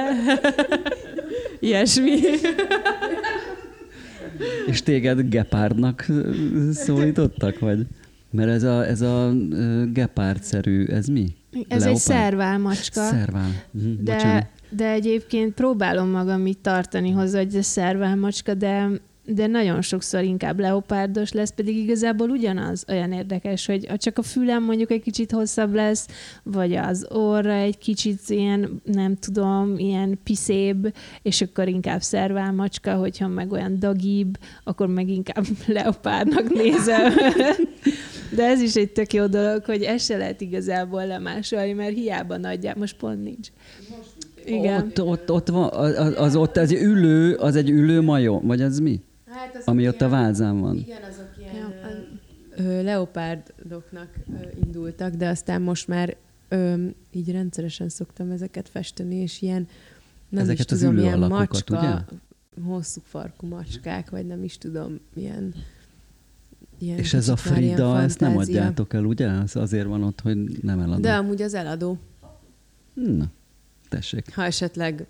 Ilyesmi. És téged gepárdnak szólítottak, vagy? Mert ez a, ez a gepárdszerű, ez mi? Ez Leopárd? egy szerválmacska. Szervál. Mhm, De, de egyébként próbálom magam így tartani hozzá, hogy ez szerválmacska, de de nagyon sokszor inkább leopárdos lesz, pedig igazából ugyanaz. Olyan érdekes, hogy csak a fülem mondjuk egy kicsit hosszabb lesz, vagy az orra egy kicsit ilyen, nem tudom, ilyen piszébb, és akkor inkább szerválmacska, hogyha meg olyan dagibb, akkor meg inkább leopárdnak nézel. De ez is egy tök jó dolog, hogy ez se lehet igazából lemásolni, mert hiába nagyjából, most pont nincs. Igen. Ott, ott, ott van, az, az ott az egy ülő, az egy ülő majom, vagy az mi? Hát azok Ami ott ilyen, a vázán van. Igen, azok ilyen Ja, ö, ö, leopárdoknak ö, indultak, de aztán most már ö, így rendszeresen szoktam ezeket festeni, és ilyen, nem Ezeket is az tudom, ülő ilyen alakokat, macska, ugye? hosszú farkú macskák, vagy nem is tudom, ilyen, ilyen És ez a kicsit már ilyen Frida, ezt nem fantázia. adjátok el, ugye? Ez azért van ott, hogy nem eladó. De amúgy az eladó, Na, tessék. ha esetleg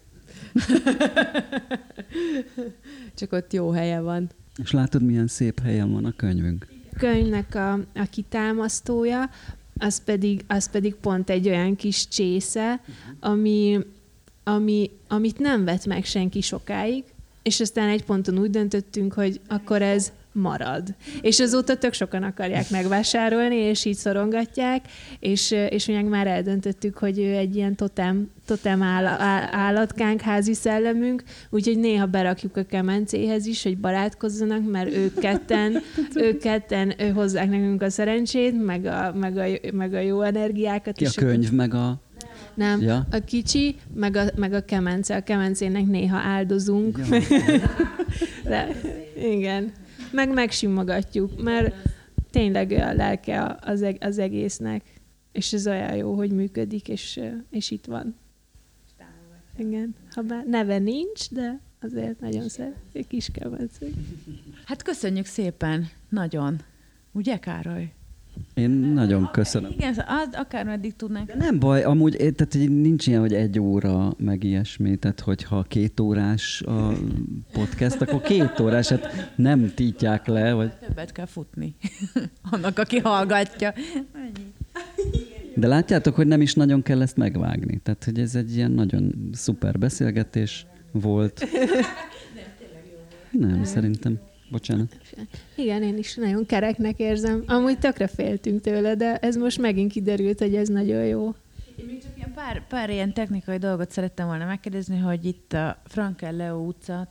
csak ott jó helye van. És látod, milyen szép helyen van a könyvünk? Könyvnek a, a kitámasztója, az pedig, az pedig pont egy olyan kis csésze, ami, ami, amit nem vett meg senki sokáig, és aztán egy ponton úgy döntöttünk, hogy akkor ez marad. És azóta tök sokan akarják megvásárolni, és így szorongatják, és, és mondják, már eldöntöttük, hogy ő egy ilyen totem, totem áll, áll, állatkánk, házi szellemünk, úgyhogy néha berakjuk a kemencéhez is, hogy barátkozzanak, mert ők ketten, ők ketten ő hozzák nekünk a szerencsét, meg a, meg a, meg a jó energiákat. Ki a és könyv, meg a... nem, Ja. a kicsi, meg a, meg a kemence. A kemencének néha áldozunk. Ja. De, igen. Meg megsimogatjuk, mert tényleg a lelke az, eg- az egésznek. És ez olyan jó, hogy működik, és, és itt van. Igen. Ha bár neve nincs, de azért nagyon szeretik kis kemencék. Hát köszönjük szépen, nagyon. Ugye, Károly? Én nagyon köszönöm. Igen, az, akár meddig tudnánk. De nem baj, amúgy eh, tehát így nincs ilyen, hogy egy óra, meg ilyesmi, tehát hogyha két órás a podcast, akkor két órás, hát nem títják le, vagy... Többet kell futni. Annak, aki hallgatja. Ennyi. De látjátok, hogy nem is nagyon kell ezt megvágni. Tehát, hogy ez egy ilyen nagyon szuper beszélgetés volt. Nem, szerintem. Bocsánat. Igen, én is nagyon kereknek érzem. Amúgy tökre féltünk tőle, de ez most megint kiderült, hogy ez nagyon jó. Én még csak ilyen pár, pár ilyen technikai dolgot szerettem volna megkérdezni, hogy itt a Frankel Leo utca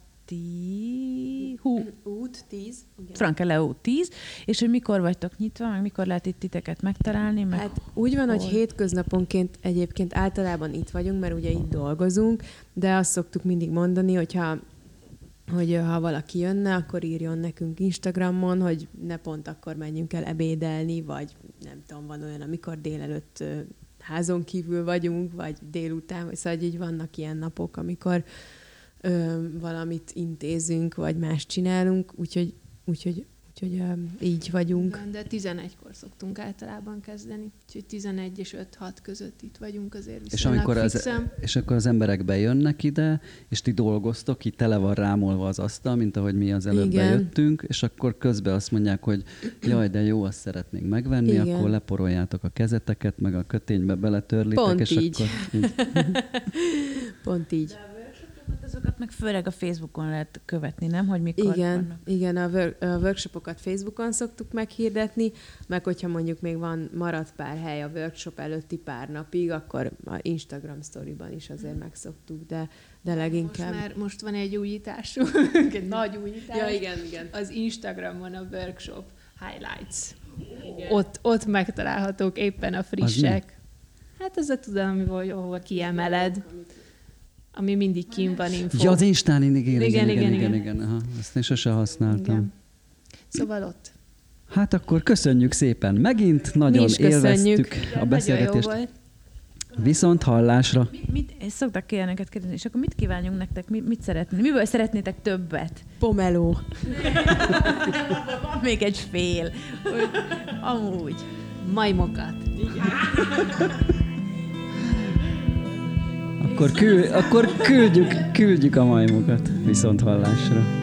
tíz, hú, Út tíz. Igen. Frankel Leo tíz, és hogy mikor vagytok nyitva, meg mikor lehet itt titeket megtalálni, meg Hát úgy van, hogy hol? hétköznaponként egyébként általában itt vagyunk, mert ugye itt dolgozunk, de azt szoktuk mindig mondani, hogyha hogy ha valaki jönne, akkor írjon nekünk Instagramon, hogy ne pont akkor menjünk el ebédelni, vagy nem tudom, van olyan, amikor délelőtt ö, házon kívül vagyunk, vagy délután, vagy szóval így vannak ilyen napok, amikor ö, valamit intézünk, vagy más csinálunk, úgyhogy, úgyhogy, úgyhogy ö, így vagyunk. Igen, de tizenegykor szoktunk általában kezdeni. Úgyhogy tizenegy és öt-hat között itt vagyunk azért És, viszonylag amikor az, fixen. és akkor az emberek bejönnek ide, és ti dolgoztok, itt tele van rámolva az asztal, mint ahogy mi az előbb Igen. bejöttünk, és akkor közben azt mondják, hogy jaj, de jó, azt szeretnénk megvenni, Igen. akkor leporoljátok a kezeteket, meg a köténybe beletörlitek, Pont és így. akkor így. Pont így. azokat meg főleg a Facebookon lehet követni, nem? Hogy mikor Igen, vannak. igen, a, work, a workshopokat Facebookon szoktuk meghirdetni, meg hogyha mondjuk még van maradt pár hely a workshop előtti pár napig, akkor a Instagram sztoriban is azért megszoktuk, de, de leginkább... Most már most van egy újításunk, egy nagy újítás. Ja, igen, igen. Az Instagramon a workshop highlights. Ott, ott megtalálhatók éppen a frissek. Hát ez a tudom, ami ahova kiemeled. Ami mindig kín van info. Ja, az Instán, igen, igen, igen, igen, igen, igen. igen. Aha, azt én sose használtam. Igen. Szóval ott. Hát akkor köszönjük szépen megint, nagyon is köszönjük. élveztük a beszélgetést. Nagyon jó volt. Viszont hallásra. Mit, és szoktak ilyeneket kérdezni, és akkor mit kívánjunk nektek, mit, mit szeretnétek? Miből szeretnétek többet? Pomeló. Van még egy fél. Hogy amúgy. Majmokat. Akkor, kül, akkor küldjük, küldjük a majmokat. Viszont hallásra.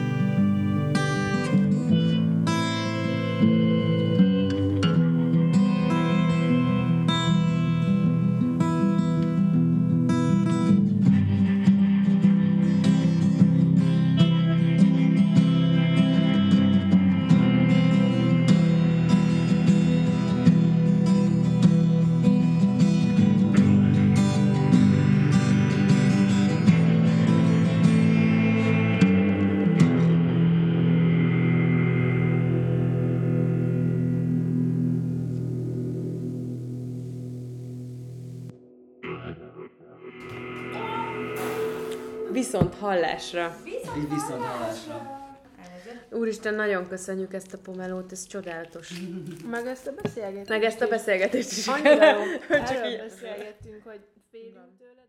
Viszont hallásra. Így viszont hallásra. Úristen, nagyon köszönjük ezt a pomelót, ez csodálatos. Meg ezt a beszélgetést. Meg ezt a beszélgetést is. Annyira jó. Erről beszélgettünk, hogy félünk tőle.